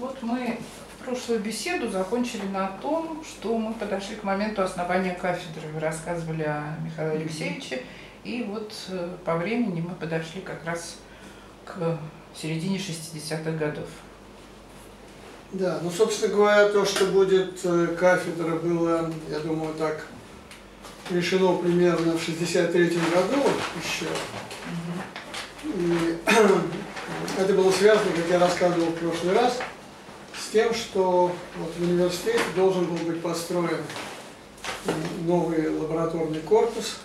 Вот мы прошлую беседу закончили на том, что мы подошли к моменту основания кафедры. Вы рассказывали о Михаиле Алексеевиче, и вот по времени мы подошли как раз к середине 60-х годов. Да, ну, собственно говоря, то, что будет кафедра, было, я думаю, так решено примерно в 63-м году еще. И это было связано, как я рассказывал в прошлый раз, с тем, что вот в университете должен был быть построен новый лабораторный корпус.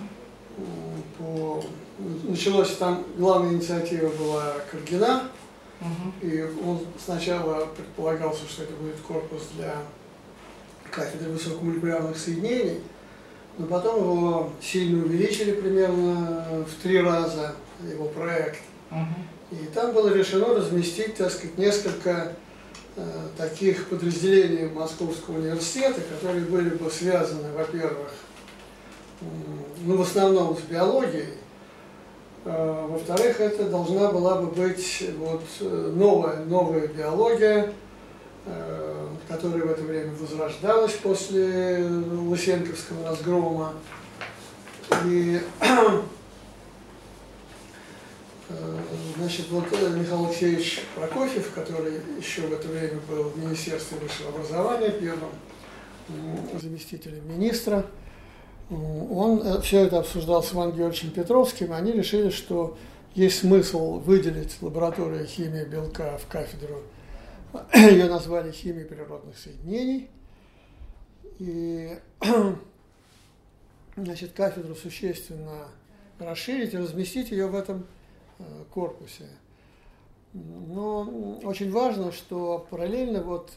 Началось там, главная инициатива была Каргина, и он сначала предполагался, что это будет корпус для кафедры высокомолекулярных соединений, но потом его сильно увеличили примерно в 3 раза, его проект. И там было решено разместить, так сказать, несколько таких подразделений Московского университета, которые были бы связаны, во-первых, ну, в основном с биологией, во-вторых, это должна была бы быть вот новая биология, которая в это время возрождалась после Лысенковского разгрома. И значит, вот Михаил Алексеевич Прокофьев, который еще в это время был в Министерстве высшего образования, первым заместителем министра, он все это обсуждал с Иваном Георгиевичем Петровским, и они решили, что есть смысл выделить лабораторию химии белка в кафедру. Ее назвали химией природных соединений. И, значит, кафедру существенно расширить и разместить ее в этом корпусе. Но очень важно, что параллельно вот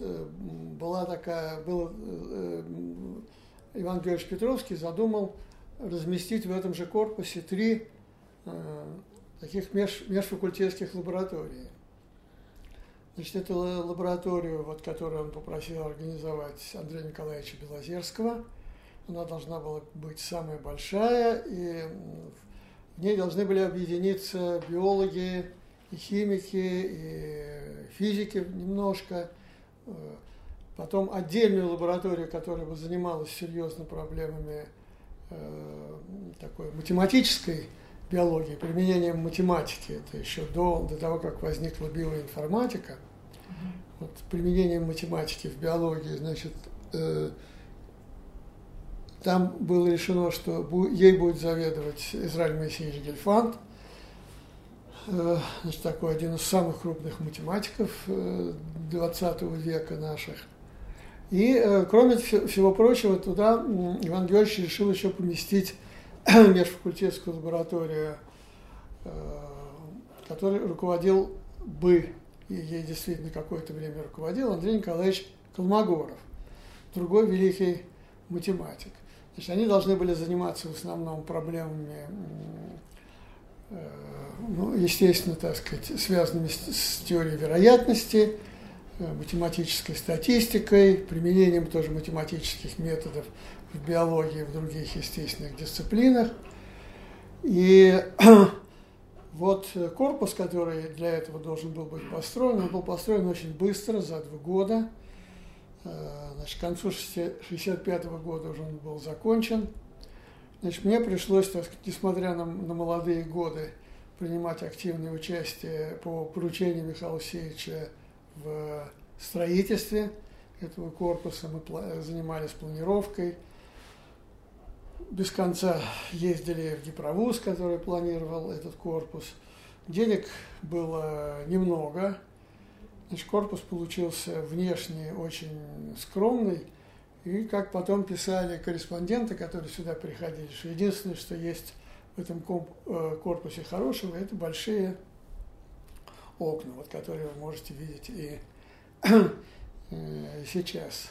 Иван Георгиевич Петровский задумал разместить в этом же корпусе 3 таких межфакультетских лаборатории. Значит, эту лабораторию, вот, которую он попросил организовать Андрея Николаевича Белозерского, она должна была быть самая большая, и в ней должны были объединиться биологи, и химики, и физики немножко. Потом отдельную лабораторию, которая бы занималась серьезно проблемами такой математической биологии, применением математики. Это еще до того, как возникла биоинформатика. Вот, применением математики в биологии, значит, там было решено, что ей будет заведовать Израиль Моисеевич Гельфанд, значит, такой один из самых крупных математиков 20 века наших. И, кроме всего прочего, туда Иван Георгиевич решил еще поместить межфакультетскую лабораторию, которой руководил и ей действительно какое-то время руководил Андрей Николаевич Колмогоров, другой великий математик. Значит, они должны были заниматься в основном проблемами, ну, естественно, так сказать, связанными с теорией вероятности, математической статистикой, применением тоже математических методов в биологии, в других естественных дисциплинах. И вот корпус, который для этого должен был быть построен, он был построен очень быстро, за 2 года. Значит, к концу 1965 года уже он был закончен. Значит, мне пришлось, так сказать, несмотря на молодые годы, принимать активное участие по поручению Михаила Алексеевича в строительстве этого корпуса. Мы занимались планировкой. Без конца ездили в Гипровуз, который планировал этот корпус. Денег было немного. Значит, корпус получился внешне очень скромный. И, как потом писали корреспонденты, которые сюда приходили, что единственное, что есть в этом корпусе хорошего, это большие окна, вот, которые вы можете видеть и сейчас.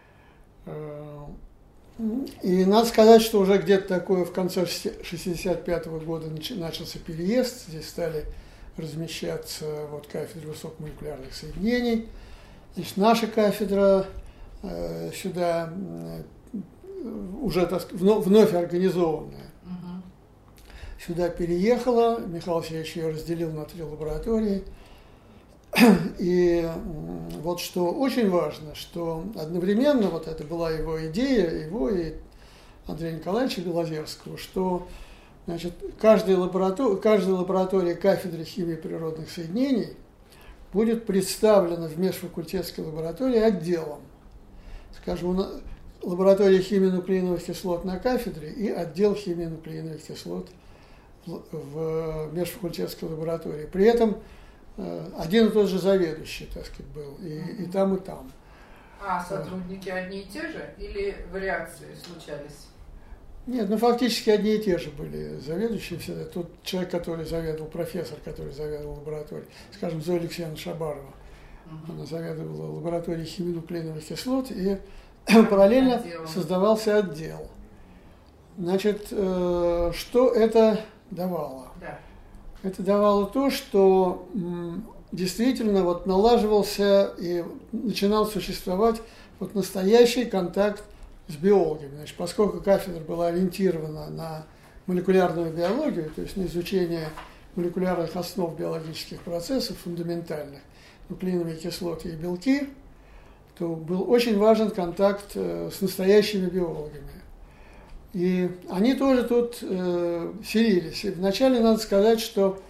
И надо сказать, что уже где-то такое в конце 1965 года начался переезд. Здесь стали размещаться вот кафедры высокомолекулярных соединений. Значит, наша кафедра сюда уже вновь организованная. Сюда переехала, Михаил Алексеевич ее разделил на 3 лаборатории. И вот что очень важно, что одновременно, вот это была его идея, его и Андрея Николаевича Белозерского, что значит, каждая лаборатория кафедры химии природных соединений будет представлена в межфакультетской лаборатории отделом. Скажем, лаборатория химии нуклеиновых кислот на кафедре и отдел химии нуклеиновых кислот в межфакультетской лаборатории. При этом один и тот же заведующий, так сказать, был и там, и там. А сотрудники одни и те же или вариации случались? Нет, ну фактически одни и те же были заведующие всегда. Тот человек, который заведовал, профессор, который заведовал лабораторией, скажем, Зоя Алексеевна Шабарова, она заведовала лабораторией химии нуклеиновых кислот, и параллельно создавался отдел. Значит, что это давало? Да. Это давало то, что действительно вот налаживался и начинал существовать вот настоящий контакт с биологами. Значит, поскольку кафедра была ориентирована на молекулярную биологию, то есть на изучение молекулярных основ биологических процессов, фундаментальных, нуклеиновые кислоты и белки, то был очень важен контакт с настоящими биологами. И они тоже тут селились. И вначале надо сказать, что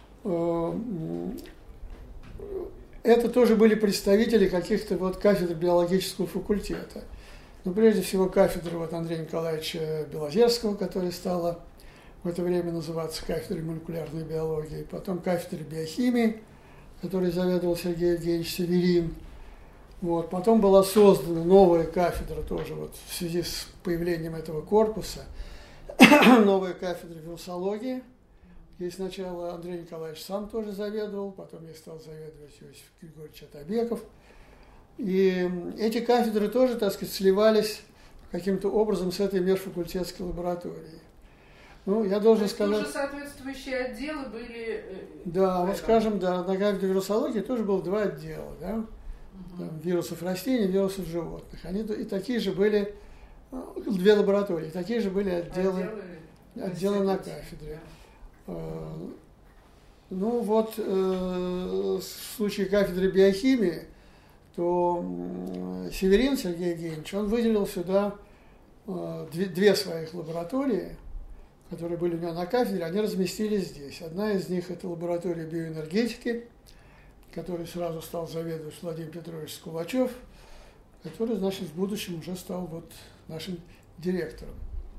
это тоже были представители каких-то вот кафедр биологического факультета. Но прежде всего кафедры вот Андрея Николаевича Белозерского, которая стала в это время называться кафедрой молекулярной биологии, потом кафедрой биохимии, которой заведовал Сергей Евгеньевич Северин. Вот. Потом была создана новая кафедра тоже вот в связи с появлением этого корпуса, новая кафедра вирусологии. Ей сначала Андрей Николаевич сам тоже заведовал, потом ей стал заведовать Иосиф Григорьевич Атабеков. И эти кафедры тоже, так сказать, сливались каким-то образом с этой межфакультетской лабораторией. Ну, я должен сказать... Тоже соответствующие отделы были... Да, вот скажем, да, на кафедре вирусологии тоже было два отдела, да? Там, вирусов растений, вирусов животных. Они и такие же были, две лаборатории, такие же были отделы на кафедре. Ну вот, в случае кафедры биохимии, то Северин Сергей Евгеньевич, он выделил сюда две своих лаборатории, которые были у него на кафедре, они разместились здесь. Одна из них – это лаборатория биоэнергетики, который сразу стал заведовать Владимир Петрович Скулачев, который, значит, в будущем уже стал вот нашим директором.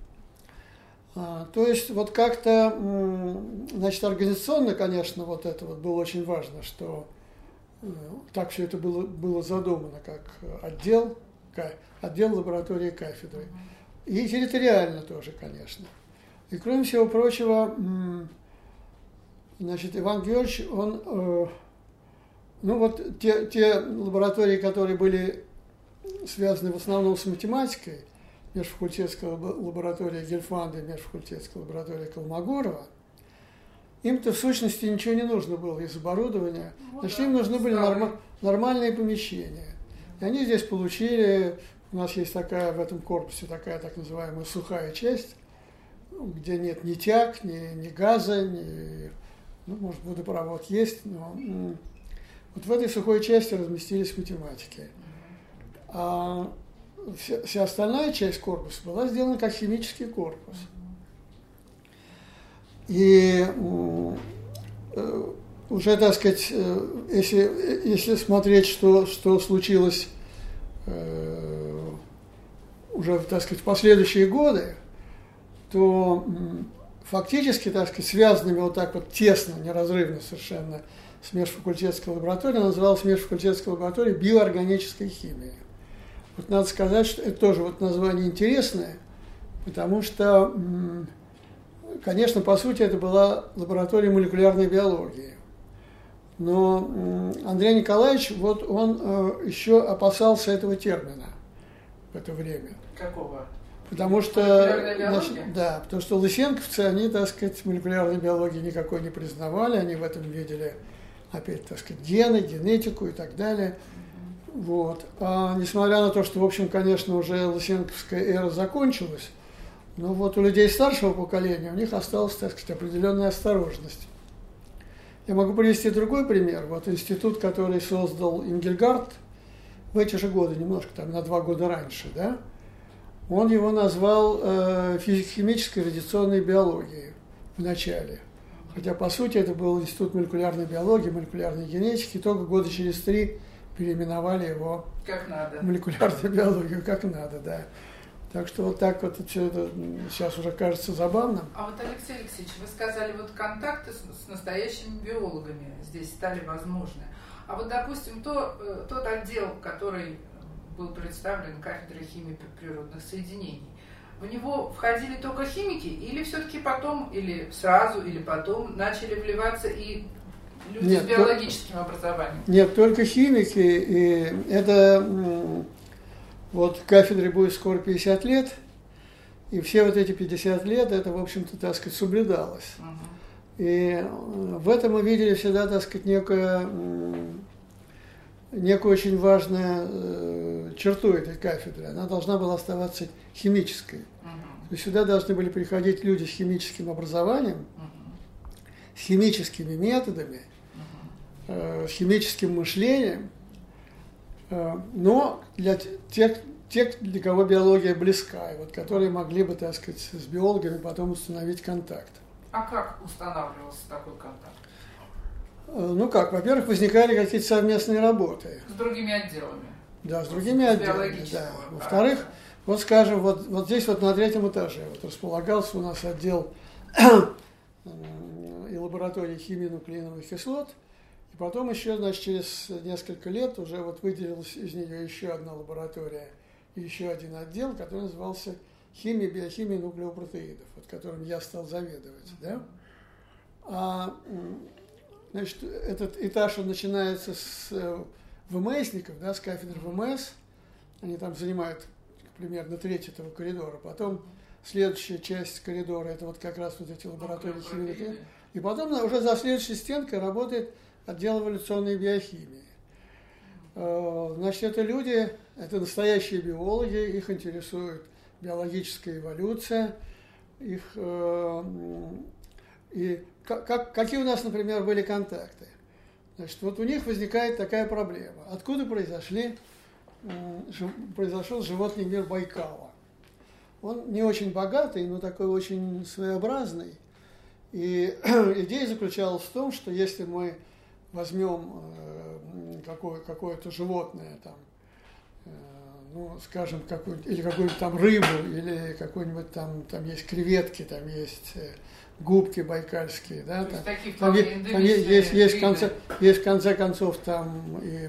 То есть вот как-то, значит, организационно, конечно, вот это вот было очень важно, что так все это было задумано, как отдел лаборатории кафедры. И территориально тоже, конечно. И кроме всего прочего, значит, Иван Георгиевич, он, ну вот те лаборатории, которые были связаны в основном с математикой, межфакультетская лаборатория Гельфанда и межфакультетская лаборатория Колмогорова, им-то в сущности ничего не нужно было из оборудования, значит, им нужны были нормальные помещения. И они здесь получили, у нас есть такая в этом корпусе такая так называемая сухая часть, где нет ни тяг, ни газа, ну, может, водопровод есть, но вот в этой сухой части разместились математики. А вся остальная часть корпуса была сделана как химический корпус. И уже, так сказать, если смотреть, что случилось уже, так сказать, в последующие годы, то фактически, так сказать, связанными вот так вот тесно, неразрывно совершенно с межфакультетской лабораторией, называлась межфакультетская лаборатория биоорганической химии. Вот надо сказать, что это тоже вот название интересное, потому что, конечно, по сути, это была лаборатория молекулярной биологии. Но Андрей Николаевич, вот он еще опасался этого термина в это время. Какого? Потому что, значит, да, потому что лысенковцы, они, так сказать, молекулярной биологии никакой не признавали, они в этом видели, опять, так сказать, гены, генетику и так далее. Вот. А несмотря на то, что, в общем, конечно, уже лысенковская эра закончилась, но вот у людей старшего поколения у них осталась, так сказать, определенная осторожность. Я могу привести другой пример. Вот институт, который создал Ингельгард, в эти же годы, немножко там на 2 года раньше, да, он его назвал физико-химической радиационной биологией в начале. Хотя, по сути, это был Институт молекулярной биологии, молекулярной генетики, и только года через 3 переименовали его как надо. В молекулярную биологию, как надо, да. Так что вот так вот все это сейчас уже кажется забавным. А вот, Алексей Алексеевич, вы сказали, вот контакты с настоящими биологами здесь стали возможны. А вот, допустим, тот отдел, который был представлен кафедрой химии природных соединений, в него входили только химики или все-таки потом, или сразу, или потом начали вливаться и люди с биологическим образованием? Нет, только химики. И это вот кафедре будет скоро 50 лет, и все вот эти 50 лет это, в общем-то, так сказать, соблюдалось. И в этом мы видели всегда, так сказать, некую очень важную черту этой кафедры. Она должна была оставаться химической. То есть сюда должны были приходить люди с химическим образованием, с химическими методами, с химическим мышлением, но для тех, для кого биология близка, и вот, которые могли бы, так сказать, с биологами потом установить контакт. А как устанавливался такой контакт? Ну как, во-первых, возникали какие-то совместные работы. С другими отделами? Да, с другими отделами, да. Во-вторых, вот скажем, вот здесь вот на 3-м этаже вот располагался у нас отдел и лаборатории химии нуклеиновых кислот, и потом еще, значит, через несколько лет уже вот выделилась из нее еще одна лаборатория и еще один отдел, который назывался химия, биохимия нуклеопротеидов, вот которым я стал заведовать, да. Значит, этот этаж, он начинается с ВМСников, да, с кафедры ВМС, они там занимают примерно треть этого коридора, потом следующая часть коридора, это вот как раз вот эти лаборатории химии, и потом уже за следующей стенкой работает отдел эволюционной биохимии. Значит, это люди, это настоящие биологи, их интересует биологическая эволюция, их, и какие у нас, например, были контакты. Значит, вот у них возникает такая проблема. Откуда произошел животный мир Байкала? Он не очень богатый, но такой очень своеобразный. И идея заключалась в том, что если мы возьмем какое-то животное, там, ну, скажем, или какую-нибудь там рыбу, или какой-нибудь там есть креветки, там есть губки байкальские, да, там есть в конце концов там и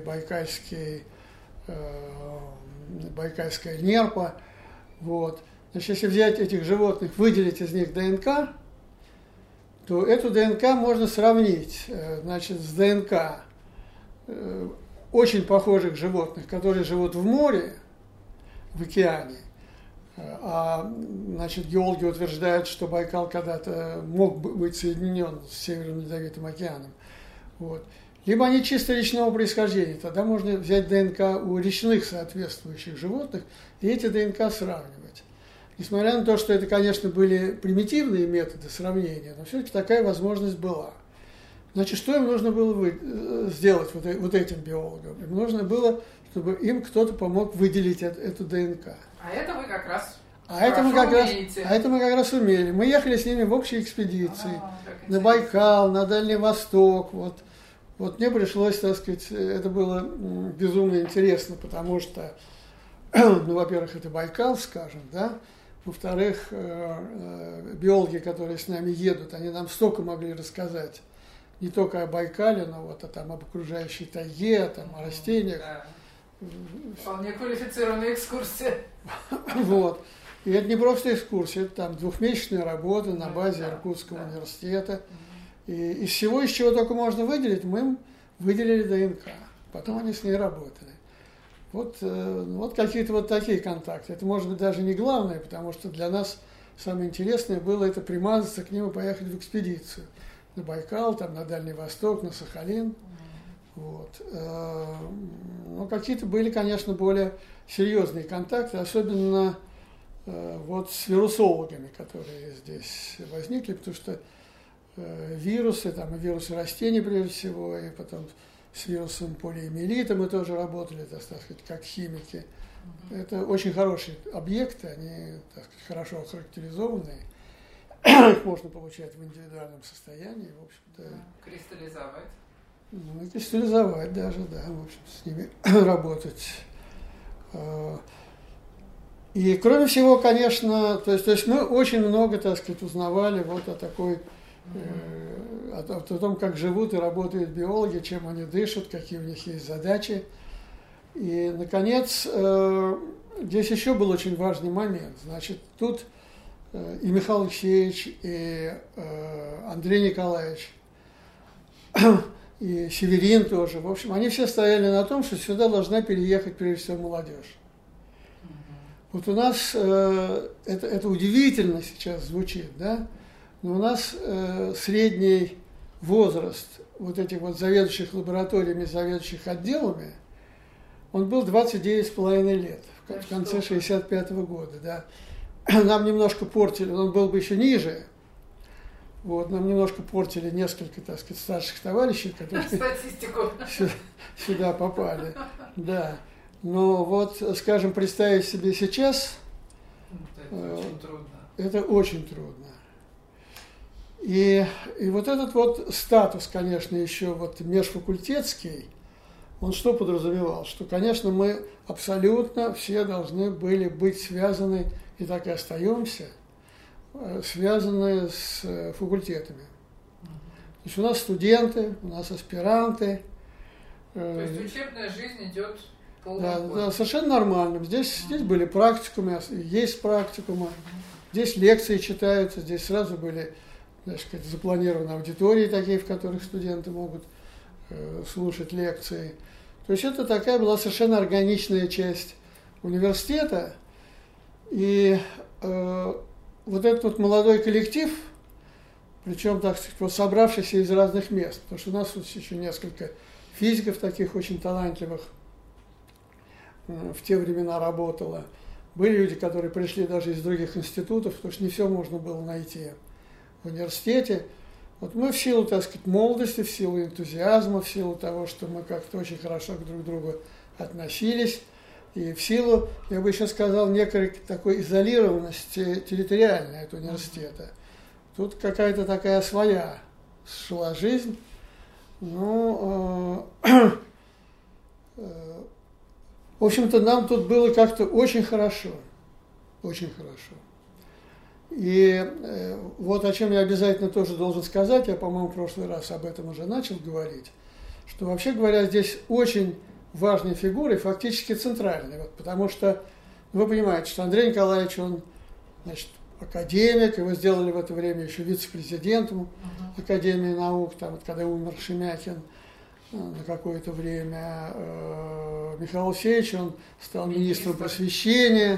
байкальская нерпа, вот. Значит, если взять этих животных, выделить из них ДНК, то эту ДНК можно сравнить, значит, с ДНК очень похожих животных, которые живут в море, в океане. Значит, геологи утверждают, что Байкал когда-то мог быть соединен с Северным Ледовитым океаном. Вот. Либо они чисто речного происхождения, тогда можно взять ДНК у речных соответствующих животных и эти ДНК сравнивать. Несмотря на то, что это, конечно, были примитивные методы сравнения, но все-таки такая возможность была. Значит, что им нужно было сделать вот этим биологам? Им нужно было, чтобы им кто-то помог выделить эту ДНК. А это вы как раз это мы как раз умели. Мы ехали с ними в общей экспедиции на Байкал, на Дальний Восток. Вот мне пришлось, так сказать, это было безумно интересно, потому что, ну, во-первых, это Байкал, скажем, да. Во-вторых, биологи, которые с нами едут, они нам столько могли рассказать. Не только о Байкале, но вот об окружающей тайге, о растениях. Да. Вполне квалифицированная экскурсия. Вот. И это не просто экскурсия, это там 2-месячная работа на базе Иркутского университета. И из всего, из чего только можно выделить, мы им выделили ДНК. Потом они с ней работали. Вот какие-то вот такие контакты. Это, может быть, даже не главное, потому что для нас самое интересное было это примазаться к ним и поехать в экспедицию. На Байкал, там, на Дальний Восток, на Сахалин. Вот. Но какие-то были, конечно, более серьезные контакты, особенно вот с вирусологами, которые здесь возникли, потому что вирусы, там, и вирусы растений прежде всего, и потом с вирусом полиомиелита мы тоже работали, так сказать, как химики. Это очень хорошие объекты, они, так сказать, хорошо охарактеризованные. Их можно получать в индивидуальном состоянии, в общем-то. Кристаллизовать. Ну, и кристаллизовать даже, да, в общем, с ними работать. И кроме всего, конечно, то есть мы очень много, так сказать, узнавали вот о такой, о том, как живут и работают биологи, чем они дышат, какие у них есть задачи. И, наконец, здесь еще был очень важный момент. Значит, тут и Михаил Алексеевич, и Андрей Николаевич, и Северин тоже, в общем, они все стояли на том, что сюда должна переехать, прежде всего, молодежь. Вот у нас, это удивительно сейчас звучит, да, но у нас средний возраст вот этих вот заведующих лабораториями, заведующих отделами, он был 29,5 лет в конце 65-го года, да. Нам немножко портили, он был бы еще ниже, вот, нам немножко портили несколько, так сказать, старших товарищей, которые сюда попали, да. Но вот, скажем, представить себе сейчас, это очень трудно. Это очень трудно. И вот этот вот статус, конечно, еще вот межфакультетский, он что подразумевал? Что, конечно, мы абсолютно все должны были быть связаны, и так и остаемся, связаны с факультетами. То есть у нас студенты, у нас аспиранты. То есть учебная жизнь идет... Да, совершенно нормально. Здесь были практикумы, есть практикумы, здесь лекции читаются, здесь сразу были, так сказать, запланированы аудитории такие, в которых студенты могут слушать лекции. То есть это такая была совершенно органичная часть университета. И вот этот вот молодой коллектив, причем, так сказать, вот собравшийся из разных мест, потому что у нас тут еще несколько физиков таких очень талантливых, в те времена работала. Были люди, которые пришли даже из других институтов, потому что не все можно было найти в университете. Вот мы в силу, так сказать, молодости, в силу энтузиазма, в силу того, что мы как-то очень хорошо друг к другу относились, и в силу, я бы еще сказал, некой такой изолированности территориальной от университета. Тут какая-то такая своя шла жизнь. Ну, в общем-то, нам тут было как-то очень хорошо, очень хорошо. И вот о чем я обязательно тоже должен сказать, я, по-моему, в прошлый раз об этом уже начал говорить, что, вообще говоря, здесь очень важной фигурой, фактически центральной, вот, потому что вы понимаете, что Андрей Николаевич, он, значит, академик, его сделали в это время еще вице-президентом Академии наук, там, вот, когда умер Шемякин, на какое-то время. Михаил Алексеевич, он стал министром просвещения.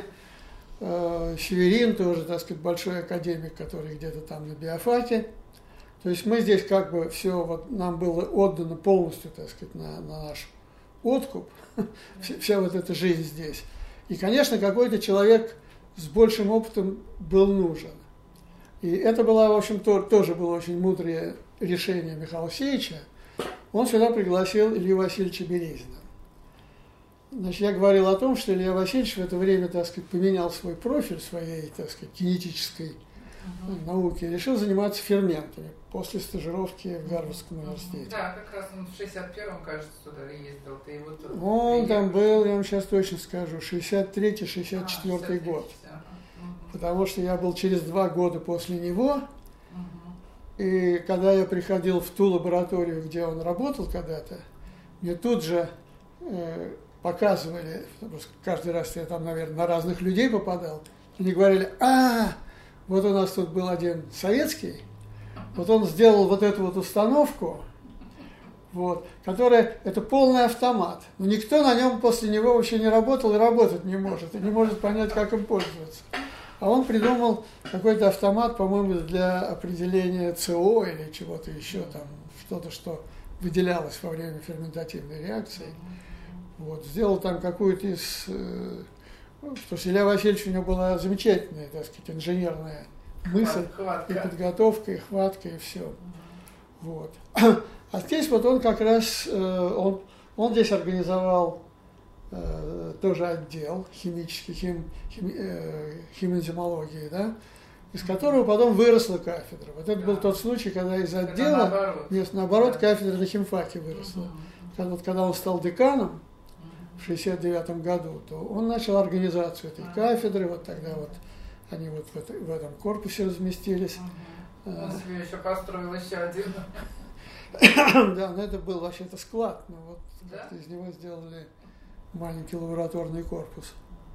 Северин тоже, так сказать, большой академик, который где-то там на биофаке. То есть мы здесь как бы все, вот нам было отдано полностью, так сказать, на наш откуп, вся вот эта жизнь здесь. И, конечно, какой-то человек с большим опытом был нужен. И это было, в общем, тоже было очень мудрое решение Михаила Алексеевича. Он сюда пригласил Илью Васильевича Березина. Значит, я говорил о том, что Илья Васильевич в это время, так сказать, поменял свой профиль своей, так сказать, кинетической науки, решил заниматься ферментами после стажировки в Гарвардском университете. Да, как раз он в 61-м, кажется, туда ездил. Ты его тут он там был, я вам сейчас точно скажу, 63-64 год. Потому что я был через 2 года после него. И когда я приходил в ту лабораторию, где он работал когда-то, мне тут же показывали, каждый раз я там, наверное, на разных людей попадал, они говорили: вот у нас тут был один советский, вот он сделал вот эту вот установку, вот, которая, это полный автомат, но никто на нем после него вообще не работал и работать не может, и не может понять, как им пользоваться. А он придумал какой-то автомат, по-моему, для определения СО или чего-то еще там, что-то, что выделялось во время ферментативной реакции. Вот, сделал там какую-то из... Потому что Илья Васильевич, у него была замечательная, так сказать, инженерная мысль, и подготовка, и хватка, и все. Вот. А здесь вот он как раз, он здесь организовал тоже отдел химический, химэнзимологии, да, из которого потом выросла кафедра. Вот это был тот случай, когда из отдела, наоборот, кафедра на химфаке выросла. Когда он стал деканом в 1969 году, то он начал организацию этой кафедры, вот тогда вот они вот в этом корпусе разместились. Он себе еще построил еще один. Да, но это был вообще-то склад, но вот из него сделали маленький лабораторный корпус.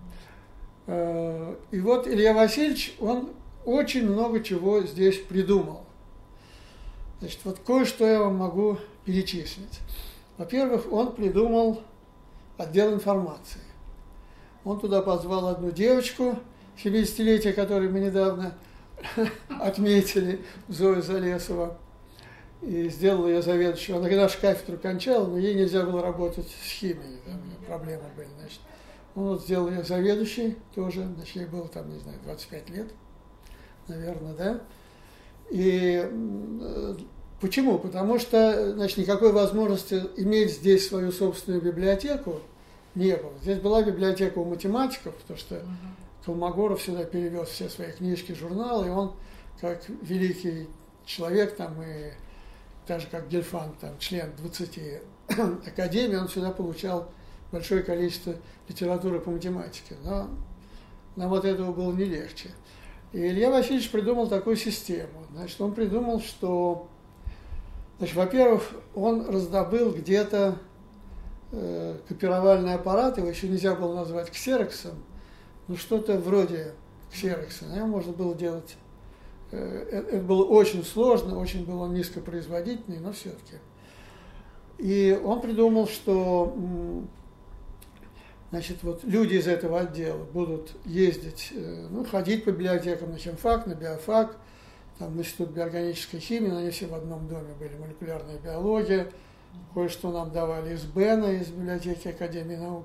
И вот Илья Васильевич, он очень много чего здесь придумал. Значит, вот кое-что я вам могу перечислить. Во-первых, он придумал отдел информации. Он туда позвал одну девочку, 70-летие, которую мы недавно отметили, Зою Залесова, и сделал ее заведующей. Она нашу кафедру кончала, но ей нельзя было работать с химией, там проблемы были, значит. Он вот сделал ее заведующей тоже, значит, ей было там, не знаю, 25 лет, наверное, да. И почему? Потому что, значит, никакой возможности иметь здесь свою собственную библиотеку не было. Здесь была библиотека у математиков, потому что Колмогоров сюда перевез все свои книжки, журналы, и он, как великий человек, там, и так же, как Гельфанд, там, член 20 академий, он сюда получал большое количество литературы по математике. Но нам от этого было не легче. И Илья Васильевич придумал такую систему. Значит, он придумал, что, значит, во-первых, он раздобыл где-то копировальный аппарат, его еще нельзя было назвать ксероксом, но что-то вроде ксерокса. На нем можно было делать. Это было очень сложно, очень было низкопроизводительный, но все-таки. И он придумал, что, значит, вот люди из этого отдела будут ездить, ну, ходить по библиотекам на химфак, на биофак, там Институт биорганической химии, но они все в одном доме были, молекулярная биология, кое-что нам давали из БЭНа, из библиотеки Академии наук.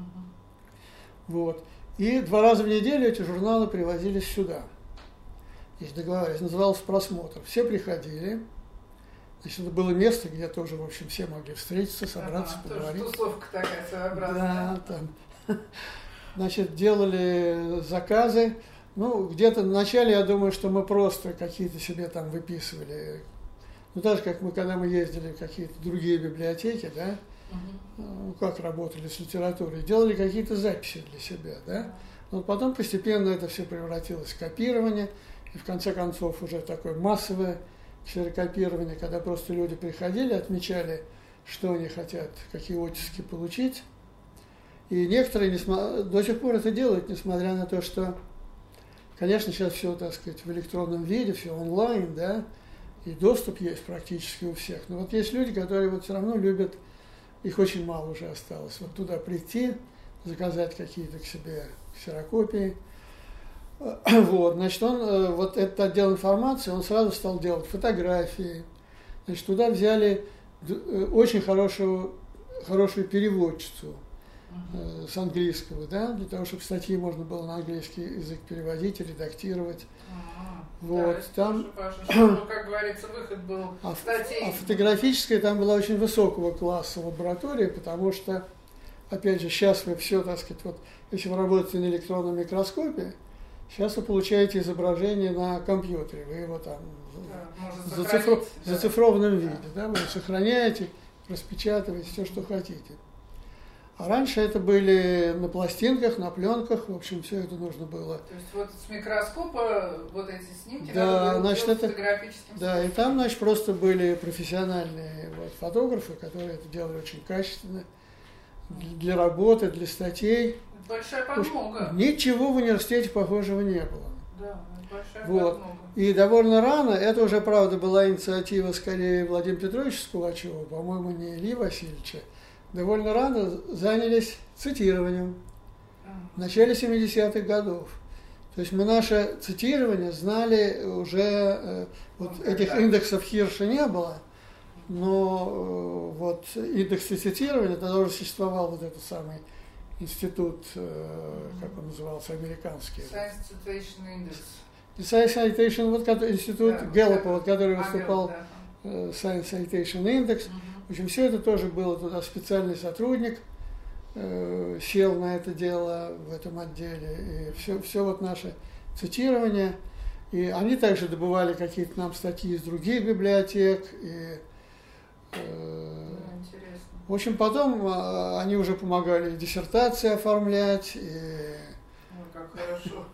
Вот. И 2 раза в неделю эти журналы привозились сюда. Здесь договорились, называлось «Просмотр». Все приходили. Значит, это было место, где тоже, в общем, все могли встретиться, собраться, поговорить. Тусовка такая своеобразная. Да, там. Значит, делали заказы. Ну, где-то вначале, я думаю, что мы просто какие-то себе там выписывали. Ну, так же, как мы, когда мы ездили в какие-то другие библиотеки, да, ну, как работали с литературой, делали какие-то записи для себя, да. Но потом постепенно это все превратилось в копирование, и в конце концов уже такое массовое ксерокопирование, когда просто люди приходили, отмечали, что они хотят, какие оттиски получить. И некоторые до сих пор это делают, несмотря на то, что, конечно, сейчас все, так сказать, в электронном виде, все онлайн, да, и доступ есть практически у всех. Но вот есть люди, которые вот все равно любят, их очень мало уже осталось, вот туда прийти, заказать какие-то к себе ксерокопии. Вот, значит, он, вот этот отдел информации, он сразу стал делать фотографии. Значит, туда взяли очень хорошую переводчицу с английского, да, для того, чтобы статьи можно было на английский язык переводить и редактировать. Вот, да, там, важно, как говорится, выход был статей. А фотографическая там была очень высокого класса лаборатория, потому что, опять же, сейчас вы все, так сказать, вот, если вы работаете на электронном микроскопе, сейчас вы получаете изображение на компьютере, вы его там в зацифрованном виде, да, вы сохраняете, распечатываете все, что хотите. А раньше это были на пластинках, на пленках, в общем, все это нужно было. То есть вот с микроскопа вот эти снимки да, надо было значит, это, фотографическим да, способом. И там, значит, просто были профессиональные вот, фотографы, которые это делали очень качественно, для работы, для статей. Большая подмога. Ничего в университете похожего не было. Да, большая вот. подмога. И довольно рано, это уже, правда, была инициатива скорее Владимира Петровича Скулачева, по-моему, не Ильи Васильевича, довольно рано занялись цитированием в начале 70-х годов. То есть мы наше цитирование знали уже, вот этих индексов Хирша не было, но вот индексы цитирования, тогда уже существовал вот этот самый институт, как он назывался, американский. Science Citation Index. Science Citation, вот институт Гэллопа, вот, который выступал Science Citation Index. В общем, все это тоже было туда специальный сотрудник, сел на это дело в этом отделе. И все вот наше цитирование. И они также добывали какие-то нам статьи из других библиотек. И, в общем, потом они уже помогали диссертации оформлять. Ой, как хорошо.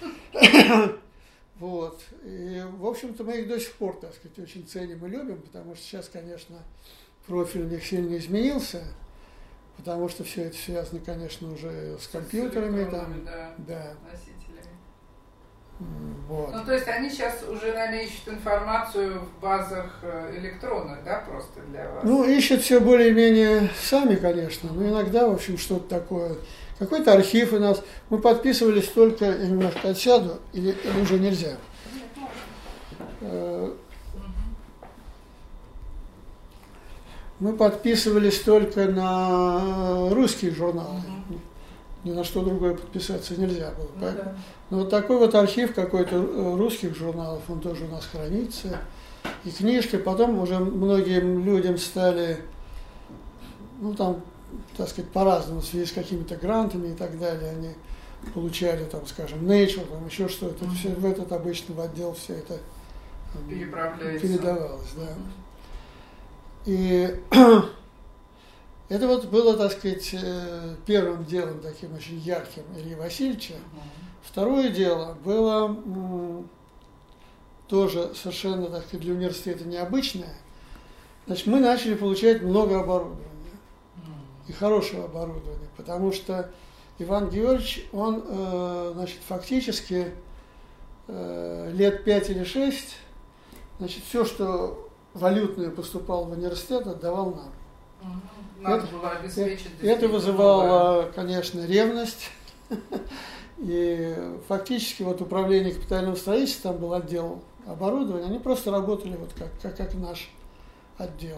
Вот. И, в общем-то, мы их до сих пор, так сказать, очень ценим и любим, потому что сейчас, конечно, профиль у них сильно изменился, потому что все это связано, конечно, уже с компьютерами. Да. Носителями. Вот. Ну, то есть они сейчас уже, наверное, ищут информацию в базах электронных, да, просто для вас? Ну, ищут все более-менее сами, конечно, но иногда, в общем, что-то такое. Какой-то архив у нас. Мы подписывались только, я немножко отсяду, или уже нельзя? Мы подписывались только на русские журналы. Ни на что другое подписаться нельзя было. Да. Но вот такой вот архив какой-то русских журналов, он тоже у нас хранится. И книжки. Потом уже многим людям стали, ну там, так сказать, по-разному, в связи с какими-то грантами и так далее, они получали, там, скажем, Nature, там еще что-то, все в этот обычно в отдел все это передавалось, да. И это вот было, так сказать, первым делом таким очень ярким Ильи Васильевича. Второе дело было тоже совершенно, так сказать, для университета необычное. Значит, мы начали получать много оборудования. И хорошего оборудования, потому что Иван Георгиевич, он, значит, фактически лет 5 или 6, значит, все, что валютное поступало в университет, отдавал нам. Надо было обеспечить. Это вызывало, конечно, ревность. И фактически вот управление капитального строительства, там был отдел оборудования, они просто работали вот как наш отдел.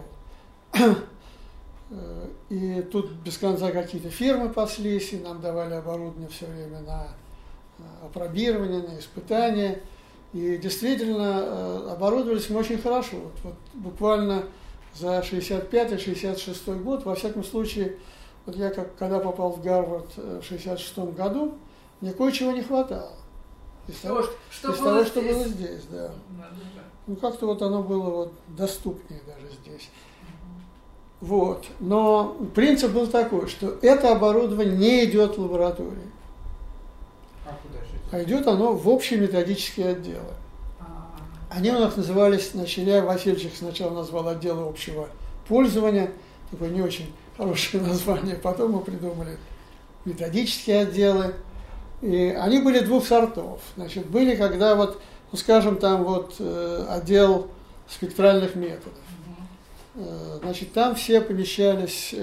И тут без конца какие-то фирмы паслись, и нам давали оборудование все время на апробирование, на испытания. И действительно оборудовались мы очень хорошо. Вот буквально за 65-66 год, во всяком случае, вот я когда попал в Гарвард в 66 году, мне кое-чего не хватало. Из того, что было здесь, да. Ну как-то вот оно было вот доступнее даже здесь. Вот. Но принцип был такой, что это оборудование не идет в лаборатории. А куда же? А идет оно в общие методические отделы. Они у нас назывались, значит, Илья Васильевич их сначала назвал отделы общего пользования, такое не очень хорошее название, потом мы придумали методические отделы. И они были двух сортов. Значит, были, когда вот, ну, скажем, там вот отдел спектральных методов. Значит, там все помещались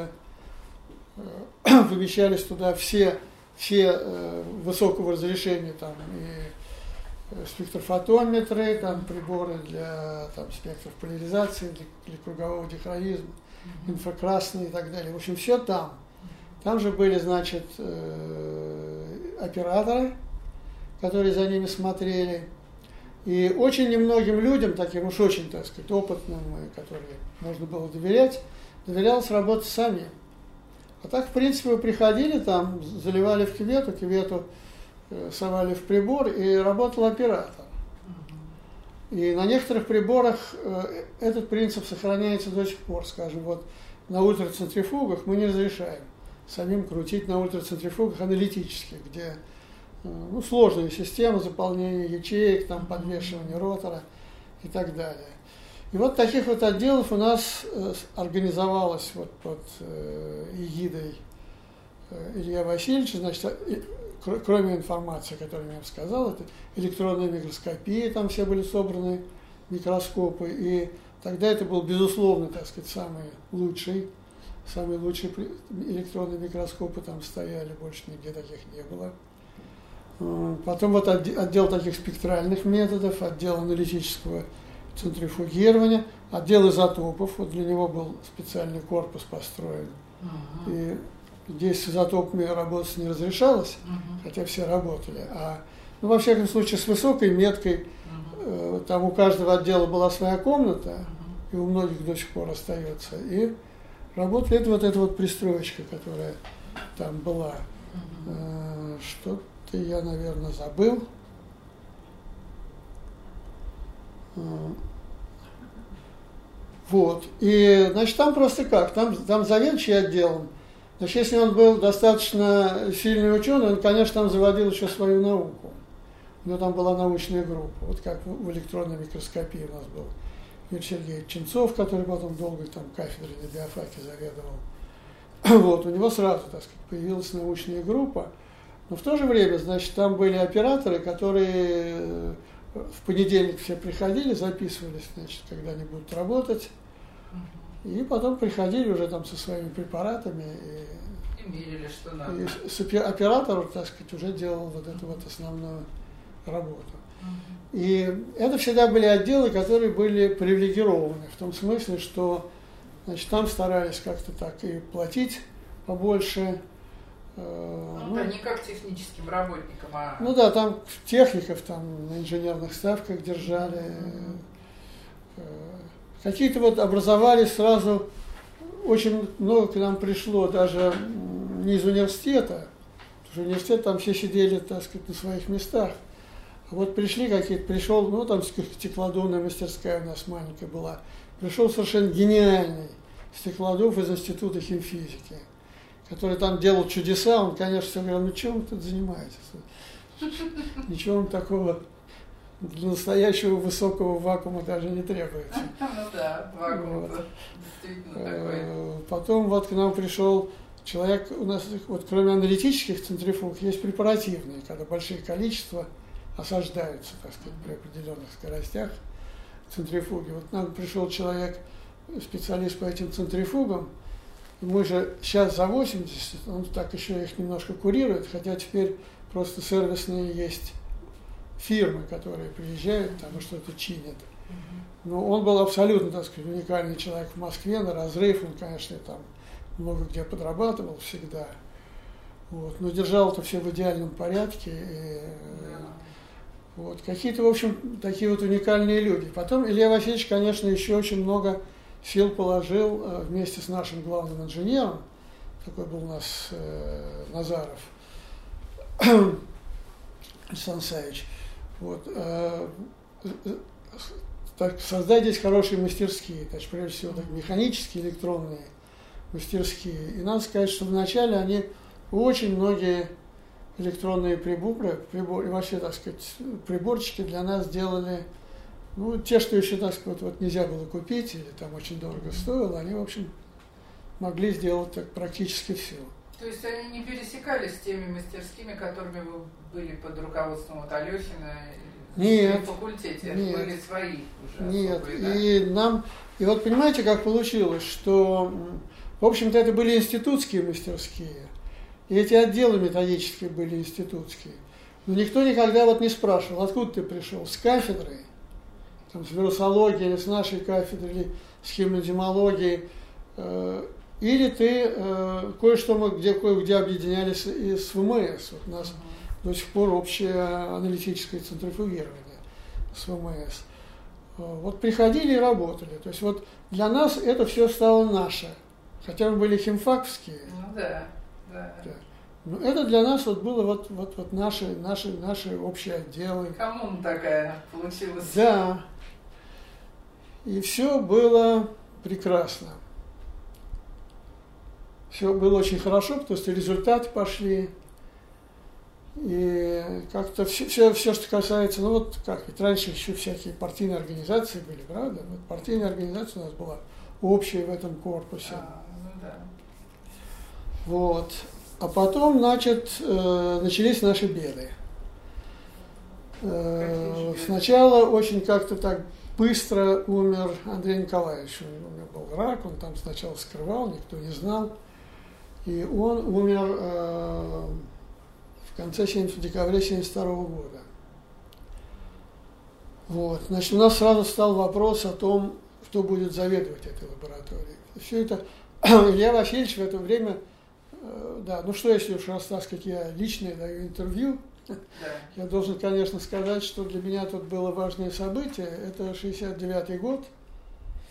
туда все высокого разрешения, там и спектрофотометры, там приборы для там, спектров поляризации, для кругового диахронизма, инфракрасные и так далее. В общем, все там. Там же были, значит, операторы, которые за ними смотрели. И очень немногим людям, таким уж очень, так сказать, опытным, которым можно было доверять, доверялось работать самим. А так, в принципе, вы приходили там, заливали в кювету совали в прибор, и работал оператор. И на некоторых приборах этот принцип сохраняется до сих пор. Скажем, вот на ультрацентрифугах мы не разрешаем самим крутить на ультрацентрифугах аналитических, где сложные системы заполнения ячеек, там, подвешивания ротора и так далее. И вот таких вот отделов у нас организовалось вот под эгидой Илья Васильевича, значит, кроме информации, которую я вам сказал, это электронная микроскопия, там все были собраны микроскопы, и тогда это был, безусловно, так сказать, самые лучшие электронные микроскопы там стояли, больше нигде таких не было. Потом вот отдел таких спектральных методов, отдел аналитического центрифугирования, отдел изотопов, вот для него был специальный корпус построен. И здесь с изотопами работать не разрешалось, хотя все работали. Ну, во всяком случае, с высокой меткой, там у каждого отдела была своя комната, и у многих до сих пор остается. И работает вот эта вот пристроечка, которая там была. Что-то я, наверное, забыл. Вот. И, значит, там просто как? Там заведующий отделом. Значит, если он был достаточно сильный ученый, он, конечно, там заводил еще свою науку. У него там была научная группа. Вот как в электронной микроскопии у нас был Юрий Сергеевич Ченцов, который потом долго там кафедрой на биофаке заведовал. Вот, у него сразу, так сказать, появилась научная группа. Но в то же время, значит, там были операторы, которые в понедельник все приходили, записывались, значит, когда они будут работать. И потом приходили уже там со своими препаратами. И мерили, что надо. И оператор, так сказать, уже делал вот эту вот основную работу. И это всегда были отделы, которые были привилегированы, в том смысле, что, значит, там старались как-то так и платить побольше. Да, не как техническим работникам, а... Ну да, там техников там на инженерных ставках держали. Какие-то вот образовались сразу, очень много к нам пришло, даже не из университета, потому что университет там все сидели, так сказать, на своих местах. А вот пришли какие-то, пришел, ну там стеклодувная мастерская у нас маленькая была, пришел совершенно гениальный стеклодув из Института химфизики, который там делал чудеса. Он, конечно, все говорил: ну чем вы тут занимаетесь? Ничего вам такого для настоящего высокого вакуума даже не требуется. Ну да, вакуум действительно такой. Потом вот к нам пришел человек, у нас вот кроме аналитических центрифуг есть препаративные, когда большие количества осаждаются, так сказать, при определенных скоростях центрифуги. Вот к нам пришел человек, специалист по этим центрифугам. Мы же сейчас за 80, он так еще их немножко курирует, хотя теперь просто сервисные есть фирмы, которые приезжают там и что-то чинят. Но он был абсолютно, так сказать, уникальный человек в Москве, на разрыв. Он, конечно, там много где подрабатывал всегда. Вот, но держал это все в идеальном порядке. И, вот, какие-то, в общем, такие вот уникальные люди. Потом Илья Васильевич, конечно, еще очень много сил положил вместе с нашим главным инженером, такой был у нас Назаров, Александр Савич, вот, так, создать здесь хорошие мастерские, значит, прежде всего так, механические, электронные мастерские. И надо сказать, что вначале они очень многие электронные приборы и вообще, так сказать, приборчики для нас делали, ну, те, что еще, так сказать, вот нельзя было купить или там очень дорого стоило, они, в общем, могли сделать так практически все. То есть они не пересекались с теми мастерскими, которыми вы были под руководством вот Алехина? Нет. На факультете? Нет. Были свои уже? Нет. Особые, да? И вот понимаете, как получилось, что, в общем-то, это были институтские мастерские, и эти отделы методические были институтские. Но никто никогда вот не спрашивал: откуда ты пришел, с кафедры, там, с вирусологии, или с нашей кафедры, или с химиодимологии, или ты кое-что мы кое-где объединялись и с ВМС. Вот у нас до сих пор общее аналитическое центрифугирование с ВМС. Вот приходили и работали. То есть вот для нас это все стало наше. Хотя мы были химфаковские. Ну да, да. Но это для нас вот было вот наши общие отделы. Коммуна такая получилась. Да. И все было прекрасно. Все было очень хорошо, потому что результаты пошли. И как-то все, что касается, ну вот как, ведь раньше еще всякие партийные организации были, правда? Вот партийная организация у нас была общая в этом корпусе. Ну да. Вот. А потом, значит, начались наши беды. Сначала очень как-то так быстро умер Андрей Николаевич. У него был рак, он там сначала скрывал, никто не знал. И он умер в конце декабря 1972 года. Вот. Значит, у нас сразу стал вопрос о том, кто будет заведовать этой лабораторией. Все это Илья Васильевич в это время, да, ну что, если уж раз, так сказать, я лично даю интервью, я должен, конечно, сказать, что для меня тут было важное событие. Это 1969 год.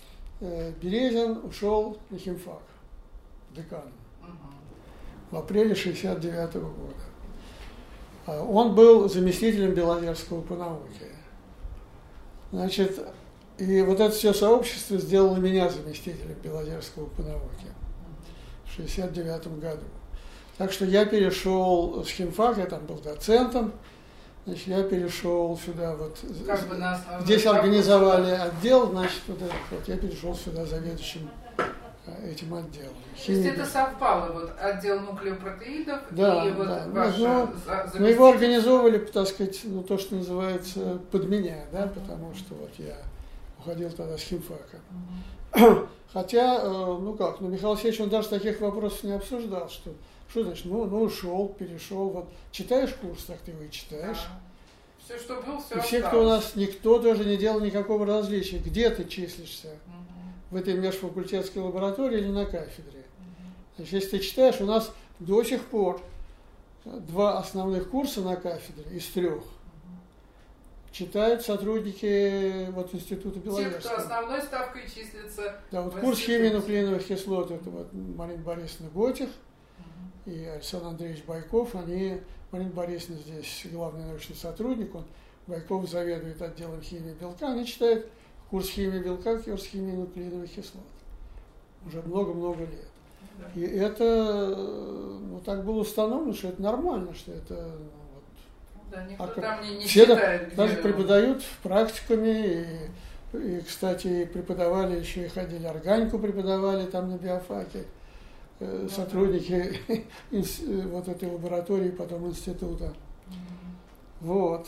Березин ушел на химфак деканом в апреле 1969 года. Он был заместителем Белозерского по науке. Значит, и вот это все сообщество сделало меня заместителем Белозерского по науке в 1969 году. Так что я перешел с химфака, я там был доцентом, значит, я перешел сюда, вот, как бы здесь организовали отдел, значит, вот я перешел сюда заведующим этим отделом. То есть это совпало, вот отдел нуклеопротеидов да, и вот да. ваша Мы его организовывали, так сказать, ну, то, что называется, под меня, да, потому что вот я уходил тогда с химфака. Хотя, ну как, Михаил Алексеевич, он даже таких вопросов не обсуждал, что значит, ну ушел, перешел, вот читаешь курс, так ты его и читаешь. Все, что был, все и все, кто у нас, никто даже не делал никакого различия, где ты числишься, в этой межфакультетской лаборатории или на кафедре. Значит, если ты читаешь, у нас до сих пор 2 основных курса на кафедре из 3 читают сотрудники вот, Института Белозерского. Те, кто основной ставкой числится. Да, вот курс химии нуклеиновых кислот, это вот Марина Борисовна Готих и Александр Андреевич Байков, Марина Борисовна здесь главный научный сотрудник, Байков заведует отделом химии белка, они читают курс химии белка, курс химии нуклеиновых кислот. Уже много-много лет. И это, ну, так было установлено, что это нормально, что это... Да, никто там не все считает, даже преподают в практикуме, и, кстати, преподавали еще и ходили, органику преподавали там на биофаке, сотрудники вот этой лаборатории, потом института. Вот.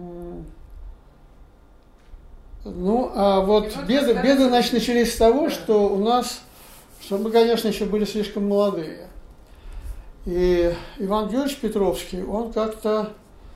Ну, а вот беды значит, начались с того, что у нас, что мы, конечно, еще были слишком молодые. И Иван Георгиевич Петровский, он как-то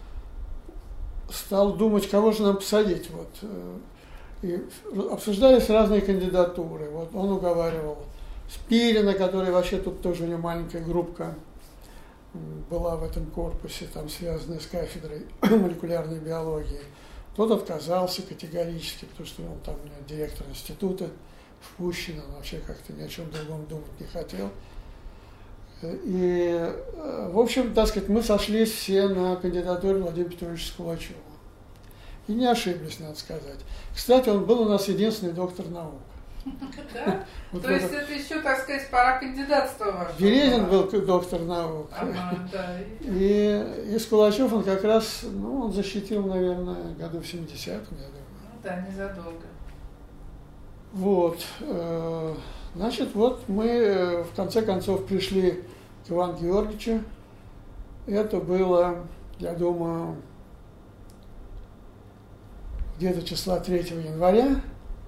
стал думать, кого же нам посадить. Вот. И обсуждались разные кандидатуры. Вот он уговаривал Спирина, который вообще тут тоже у него маленькая группка была в этом корпусе, там связанная с кафедрой молекулярной биологии. Тот отказался категорически, потому что он там директор института впущен, он вообще как-то ни о чем другом думать не хотел. И, в общем, так сказать, мы сошлись все на кандидатуре Владимира Петровича Скулачева. И не ошиблись, надо сказать. Кстати, он был у нас единственный доктор наук. Да? То есть это еще, так сказать, пора кандидатства вашего. Березин был доктор наук. И Скулачев, он как раз, ну, он защитил, наверное, году в 70-м, я думаю. Ну да, незадолго. Вот. Значит, вот мы в конце концов пришли к Ивану Георгиевичу. Это было, я думаю, где-то числа 3 января.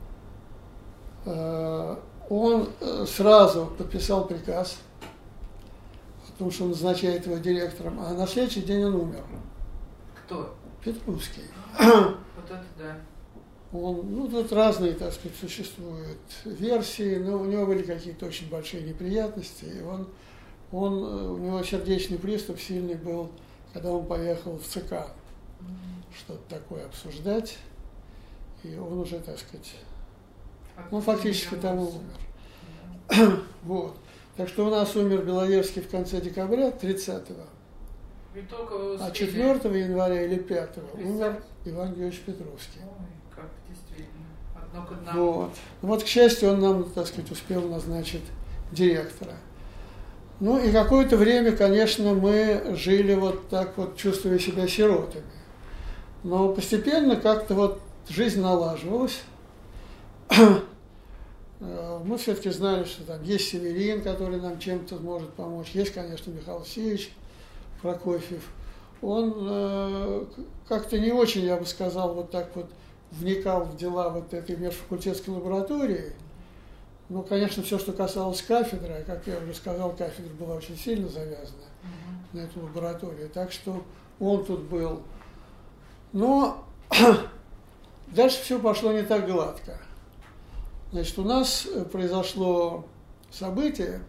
Он сразу подписал приказ о том, что он назначает его директором, а на следующий день он умер. Кто? Петровский. Вот это да. Он, ну, тут разные, так сказать, существуют версии, но у него были какие-то очень большие неприятности, и у него сердечный приступ сильный был, когда он поехал в ЦК что-то такое обсуждать, и он уже, так сказать, он фактически там умер. Вот. Так что у нас умер Белозерский в конце декабря, 30-го. А 4 января или 5-го умер Иван Георгиевич Петровский. Ой, как действительно. Одно к одному. Вот. Вот, к счастью, он нам, так сказать, успел назначить директора. Ну и какое-то время, конечно, мы жили вот так вот, чувствуя себя сиротами. Но постепенно как-то вот жизнь налаживалась. Мы все-таки знали, что там есть Северин, который нам чем-то может помочь. Есть, конечно, Михаил Алексеевич Прокофьев. Он как-то не очень, я бы сказал, вот так вот вникал в дела вот этой межфакультетской лаборатории. Но, конечно, все, что касалось кафедры, как я уже сказал, кафедра была очень сильно завязана на эту лабораторию. Так что он тут был. Но дальше все пошло не так гладко. Значит, у нас произошло событие,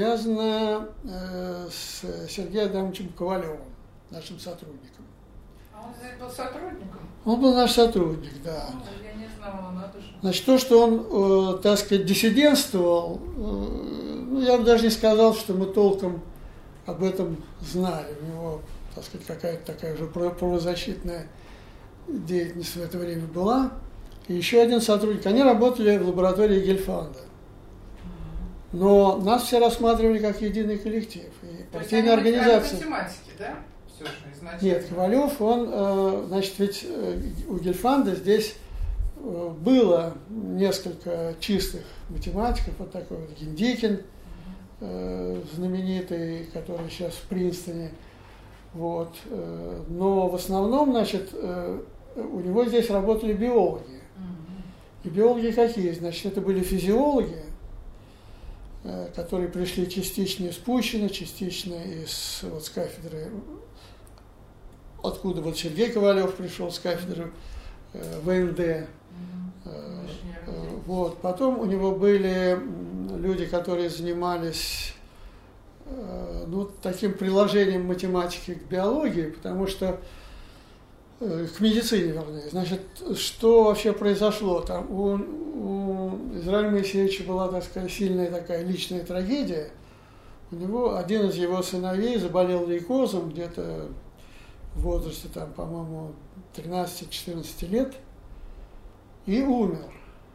связанное с Сергеем Адамовичем Ковалевым, нашим сотрудником. А он здесь был сотрудником? Он был наш сотрудник, да. Я не знала, надо же. Значит, то, что он, так сказать, диссидентствовал, ну, я бы даже не сказал, что мы толком об этом знали. У него, так сказать, какая-то такая уже правозащитная деятельность в это время была. И еще один сотрудник. Они работали в лаборатории Гельфанда. Но нас все рассматривали как единый коллектив. И партийная организация. Математики, да? Все же изначально. Нет, Ковалев, он, значит, ведь у Гельфанда здесь было несколько чистых математиков, вот такой вот Гиндикин, знаменитый, который сейчас в Принстоне. Вот. Но в основном, значит, у него здесь работали биологи. И биологи какие? Значит, это были физиологи, которые пришли частично из Пущино, частично из вот, с кафедры, откуда вот Сергей Ковалев пришел с кафедры ВНД. Вот. Потом у него были люди, которые занимались ну, таким приложением математики к биологии, потому что к медицине, вернее. Значит, что вообще произошло? Там у Израиля Моисеевича была, так сказать, сильная такая личная трагедия. У него один из его сыновей заболел лейкозом где-то в возрасте, там, по-моему, 13-14 лет и умер.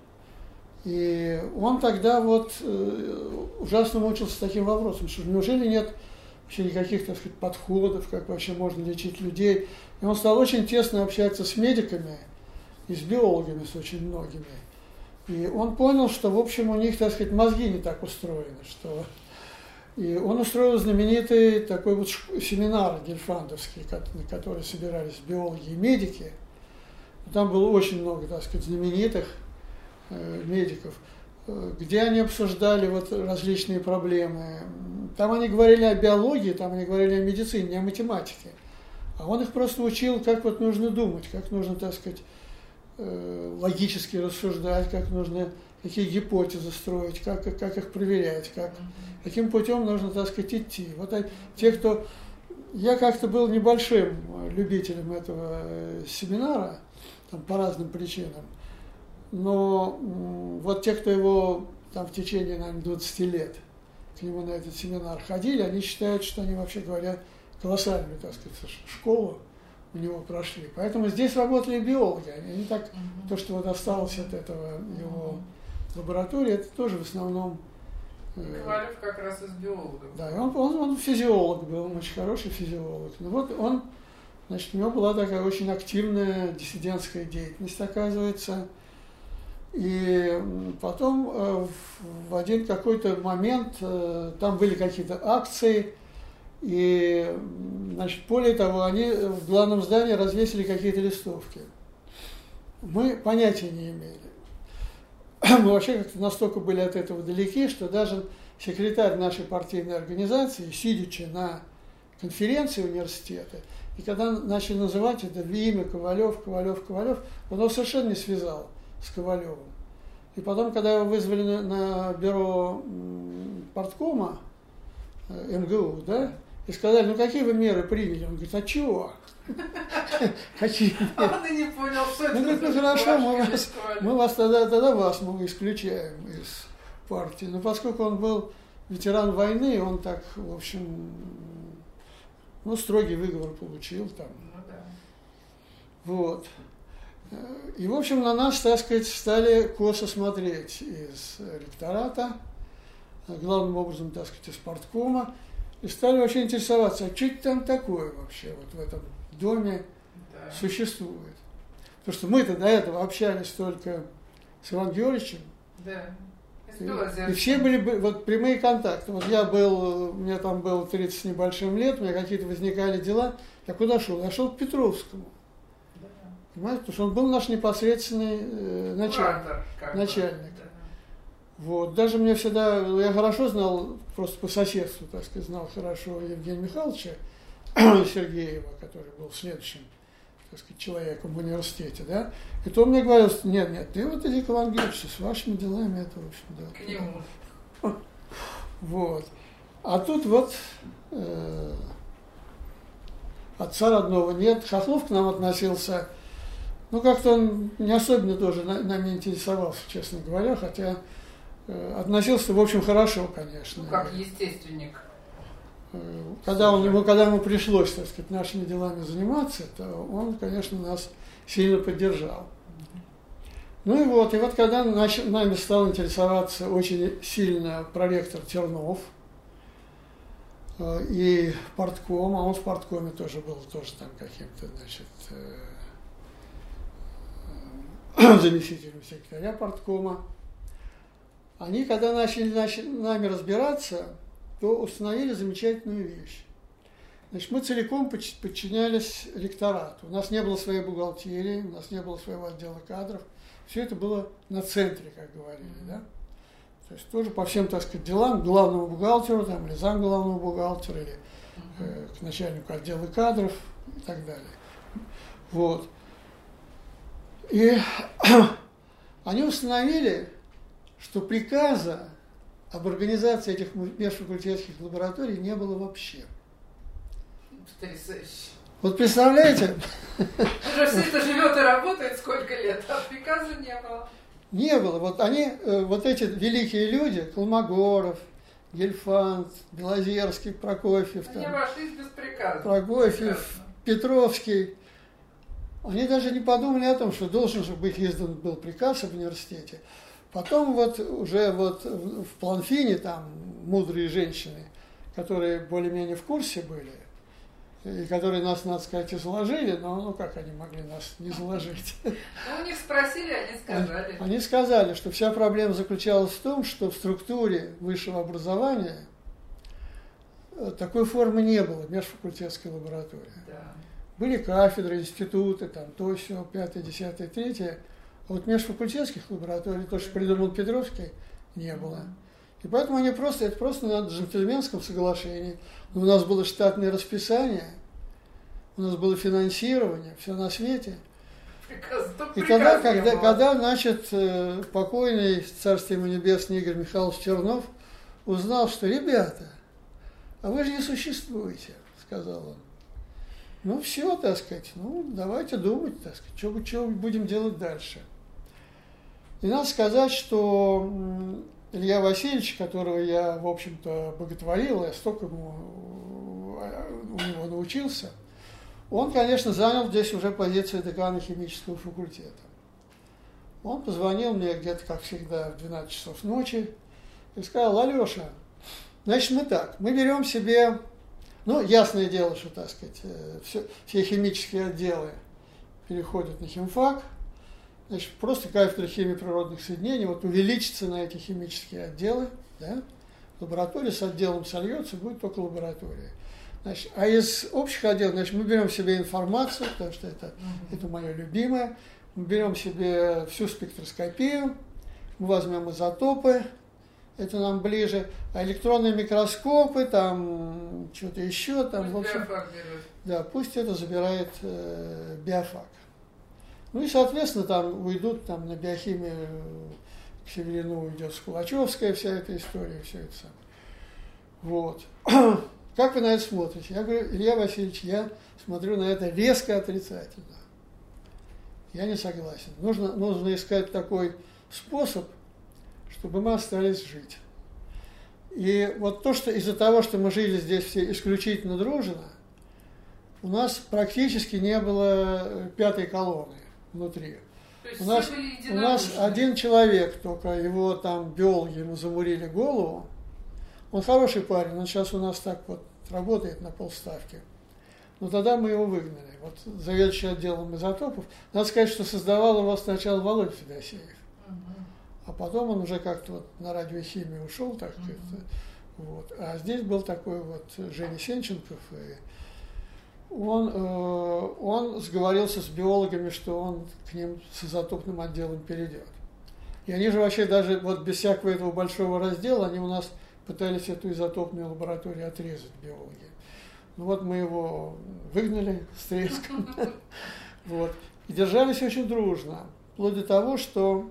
И он тогда вот ужасно мучился таким вопросом, что неужели нет вообще никаких, так сказать, подходов, как вообще можно лечить людей. И он стал очень тесно общаться с медиками и с биологами, с очень многими. И он понял, что, в общем, у них, так сказать, мозги не так устроены, что... И он устроил знаменитый такой вот семинар гельфандовский, на который собирались биологи и медики. Там было очень много, так сказать, знаменитых медиков, где они обсуждали вот различные проблемы. Там они говорили о биологии, там они говорили о медицине, не о математике. А он их просто учил, как вот нужно думать, как нужно, так сказать, логически рассуждать, как нужно, какие гипотезы строить, как их проверять, каким путем нужно, так сказать, идти. Вот те, кто... Я как-то был небольшим любителем этого семинара, там, по разным причинам. Но вот те, кто его там в течение, наверное, 20 лет к нему на этот семинар ходили, они считают, что они, вообще говоря, колоссальную, так сказать, школу у него прошли. Поэтому здесь работали биологи. Они так, то, что вот осталось от этого его лаборатории, это тоже в основном... Ковалев как раз из биологов. Да, и он физиолог был, он очень хороший физиолог. Ну вот он, значит, у него была такая очень активная диссидентская деятельность, оказывается. И потом в один какой-то момент там были какие-то акции, и, значит, более того, они в главном здании развесили какие-то листовки. Мы понятия не имели. Мы вообще как-то настолько были от этого далеки, что даже секретарь нашей партийной организации, сидячи на конференции университета, и когда начали называть это имя Ковалев, он его совершенно не связал с Ковалевым. И потом, когда его вызвали на бюро парткома МГУ, да, и сказали, ну какие вы меры приняли? Он говорит, а чего? Какие меры? Он и не понял, что это. Ну, говорит, ну хорошо, мы вас тогда вас мы исключаем из партии. Но поскольку он был ветеран войны, он так, в общем, ну, строгий выговор получил там. Ну, да. Вот. И, в общем, на нас, так сказать, стали косо смотреть из ректората, главным образом, так сказать, из парткома, и стали вообще интересоваться, а что это там такое вообще вот в этом доме существует. Потому что мы-то до этого общались только с Иваном Георгиевичем. Да. И все были вот прямые контакты. Вот я был, у меня там было 30 с небольшим лет, у меня какие-то возникали дела. Я куда шел? Я шел к Петровскому. Да. Понимаете? Потому что он был наш непосредственный начальник. Да. Вот. Даже мне всегда, я хорошо знал, просто по соседству, так сказать, знал хорошо Евгения Михайловича Сергеева, который был следующим, так сказать, человеком в университете, да, и то он мне говорил, нет, ты вот иди к Ивану Георгиевичу, с вашими делами, это, в общем, да. К нему. Вот. А тут вот отца родного нет. Хохлов к нам относился, ну, как-то он не особенно тоже нами интересовался, честно говоря, хотя относился, в общем, хорошо, конечно. Ну, как естественник. Когда ему пришлось, так сказать, нашими делами заниматься, то он, конечно, нас сильно поддержал. Ну и вот когда нами стал интересоваться очень сильно проректор Тернов и партком, а он в парткоме тоже был там каким-то, заместителем секретаря парткома. Они, когда начали нами разбираться, то установили замечательную вещь. Значит, мы целиком подчинялись ректорату. У нас не было своей бухгалтерии, у нас не было своего отдела кадров. Все это было на центре, как говорили, да? То есть тоже по всем, так сказать, делам к главному бухгалтеру, там, или замглавного бухгалтера, или к начальнику отдела кадров и так далее. Вот. И они установили, что приказа об организации этих межфакультетских лабораторий не было вообще. Потрясающе. Вот представляете? Уже все это живет и работает сколько лет, а приказа не было. Не было. Вот они, вот эти великие люди, Колмогоров, Гельфанд, Белозерский, Прокофьев, они обошлись без приказа. Прокофьев, Петровский, они даже не подумали о том, что должен же быть издан был приказ об университете. Потом уже в Планфине там мудрые женщины, которые более-менее в курсе были, и которые нас, надо сказать, изложили, но ну как они могли нас не заложить? Ну, у них спросили, они сказали. Они сказали, что вся проблема заключалась в том, что в структуре высшего образования такой формы не было, межфакультетской лаборатории. Да. Были кафедры, институты, там, то, все, 5, 10, 3. А вот межфакультетских лабораторий, то, что придумал Петровский, не было. И поэтому это просто на джентльменском соглашении. Но у нас было штатное расписание, у нас было финансирование, все на свете. И тогда, когда, значит, покойный, царствие ему небесное, Игорь Михайлович Чернов узнал, что, ребята, а вы же не существуете, сказал он. Ну все, так сказать, давайте думать, так сказать, что будем делать дальше. И надо сказать, что Илья Васильевич, которого я, в общем-то, боготворил, я столько у него научился, он, конечно, занял здесь уже позицию декана химического факультета. Он позвонил мне где-то, как всегда, в 12 часов ночи и сказал: Алеша, значит, мы берем себе, ясное дело, что, так сказать, все химические отделы переходят на химфак, значит, просто кафедра химии природных соединений увеличится на эти химические отделы, да? Лаборатория с отделом сольется, будет только лаборатория. Значит, а из общих отделов, значит, мы берем себе информацию, потому что это мое любимое, мы берем себе всю спектроскопию, мы возьмем изотопы, это нам ближе, а электронные микроскопы, там что-то еще, там, пусть в общем, биофак берет. Да, пусть это забирает биофак. Ну и, соответственно, там уйдут на биохимию, к Северину уйдет Скулачевская, вся эта история, все это самое. Вот. Как вы на это смотрите? Я говорю: Илья Васильевич, я смотрю на это резко отрицательно. Я не согласен. Нужно искать такой способ, чтобы мы остались жить. И вот то, что из-за того, что мы жили здесь все исключительно дружно, у нас практически не было пятой колонны внутри. У нас один человек, только его там биологи ему замурили голову. Он хороший парень, он сейчас у нас так работает на полставки. Но тогда мы его выгнали. Вот заведующий отделом изотопов. Надо сказать, что создавал его сначала Володя Федосеев. А потом он уже как-то на радиохимию ушел, так сказать. Вот. А здесь был такой Женя Сенченков. И он сговорился с биологами, что он к ним с изотопным отделом перейдет. И они же вообще даже без всякого этого большого раздела, они у нас пытались эту изотопную лабораторию отрезать, биологи. Мы его выгнали с треском. И держались очень дружно. Вплоть до того, что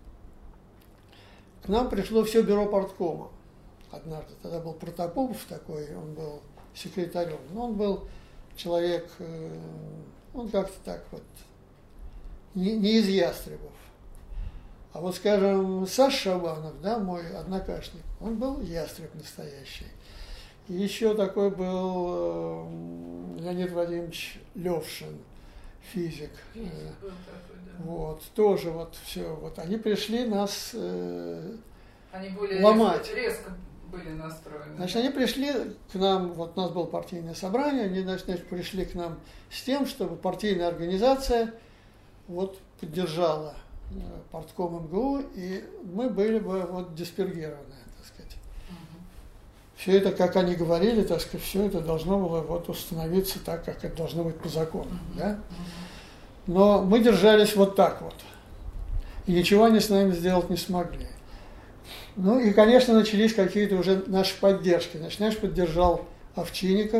к нам пришло все бюро парткома однажды. Тогда был Протопопов такой, он был секретарем. Но он был человек, он как-то так вот, не из ястребов. А вот, скажем, Саша Шабанов, да, мой однокашник, он был ястреб настоящий. И еще такой был Леонид Владимирович Левшин, физик. Вот, тоже вот все. Вот они пришли нас они более ломать. Резко были настроены. Значит, они пришли к нам, вот у нас было партийное собрание, они, значит, пришли к нам с тем, чтобы партийная организация вот поддержала партком МГУ, и мы были бы вот диспергированы, так сказать. Все это, как они говорили, так сказать, все это должно было вот установиться так, как это должно быть по закону. Да? Но мы держались вот так вот. И ничего они с нами сделать не смогли. Ну и, конечно, начались какие-то уже наши поддержки. Значит, наш поддержал Овчинников,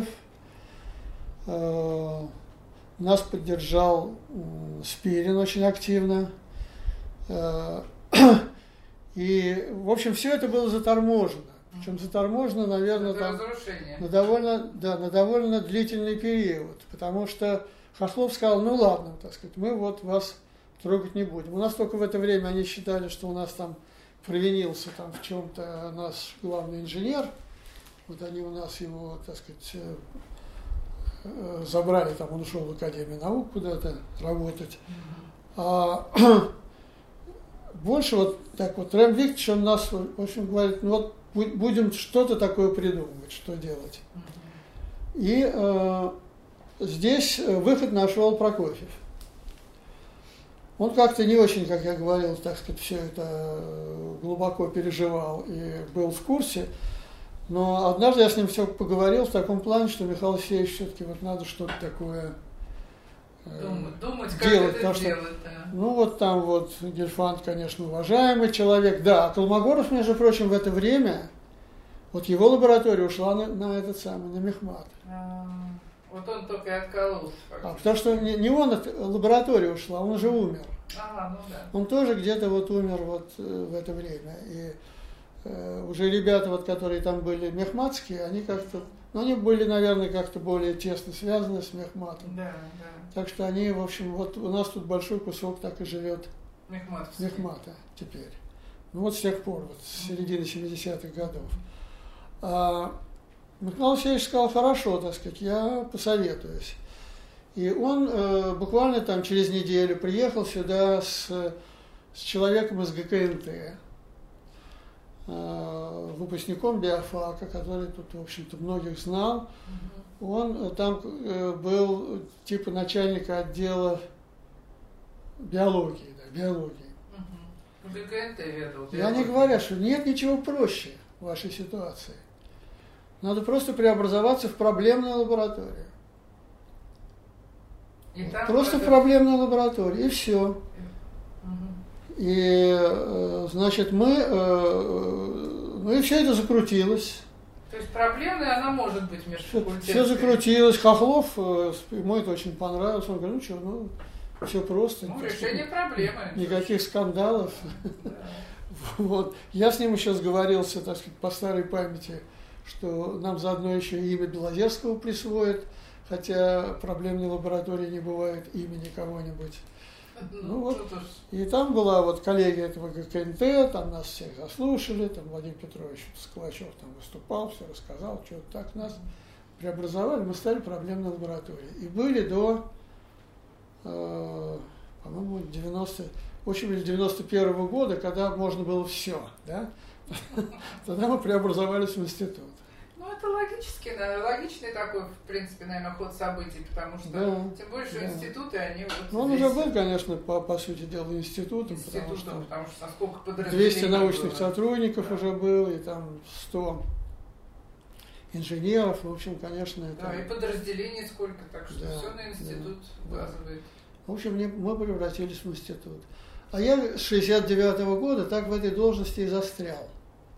нас поддержал Спирин очень активно. И, в общем, все это было заторможено. Причем заторможено, наверное, там, на довольно длительный период. Потому что Хохлов сказал, ну ладно, так сказать, мы вот вас трогать не будем. У нас только в это время они считали, что у нас там провинился там в чем-то наш главный инженер. Вот они у нас его, так сказать, забрали, там он ушел в Академию наук куда-то работать. А больше вот так вот Рем Викторович, он нас, в общем, говорит, ну вот будем что-то такое придумывать, что делать. И здесь выход нашел Прокофьев. Он как-то не очень, как я говорил, так сказать, все это глубоко переживал и был в курсе. Но однажды я с ним все поговорил в таком плане, что Михаил Алексеевич все-таки вот надо что-то такое думать, как делать. Это Что, делать, да. ну вот там вот Гельфанд, конечно, уважаемый человек. Да, а Колмогоров, между прочим, в это время, вот его лаборатория ушла на этот самый, на мехмат. Вот он только и откололся. Потому что не он от лаборатории ушла, он уже умер. Ага, ну да. Он тоже где-то вот умер вот в это время. И уже ребята, вот, которые там были мехматские, они как-то, ну, они были, наверное, как-то более тесно связаны с мехматом. Да, да. Так что они, в общем, вот у нас тут большой кусок так и живет мехмата теперь. Ну вот с тех пор, вот с середины 70-х годов. А Михаил Алексеевич сказал, хорошо, так сказать, я посоветуюсь. И он буквально там через неделю приехал сюда с человеком из ГКНТ, выпускником биофака, который тут, в общем-то, многих знал. Он там был типа начальника отдела биологии, да, биологии. ГКНТ ведал. И они говорят, что нет ничего проще в вашей ситуации. Надо просто преобразоваться в проблемную лабораторию. Просто в проблемную лабораторию, и все. И, значит, ну и все это закрутилось. То есть проблемная она может быть межфакультетской. Все закрутилось. Хохлов, ему это очень понравилось. Он говорит, ну что, ну, все просто. Ну, решение проблемы. Никаких скандалов. Вот. Я с ним еще сговорился, так сказать, по старой памяти, что нам заодно еще имя Белозерского присвоят, хотя проблемной лаборатории не бывает имени кого-нибудь. Ну, вот. И там была вот коллегия этого ГКНТ, там нас всех заслушали, там Владимир Петрович Сколачев там выступал, все рассказал, что так нас преобразовали, мы стали проблемной лабораторией. И были до, по-моему, 91 года, когда можно было все, да? Тогда мы преобразовались в институт. Ну, это логичный такой, в принципе, наверное, ход событий, потому что, тем больше институты, они вот... Ну, он уже был, конечно, по сути дела, институтом, потому что насколько подразделений 200 научных было. сотрудников уже было, и там 100 инженеров, в общем, конечно, это... Да, и подразделений сколько, так что все на институт указывает. В общем, мы превратились в институт. А я с 69-го года так в этой должности и застрял.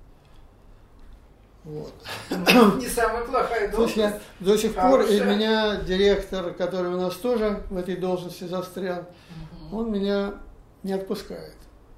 Вот. Не самая плохая должность. То есть я до сих пор, и меня директор, который у нас тоже в этой должности застрял, он меня не отпускает.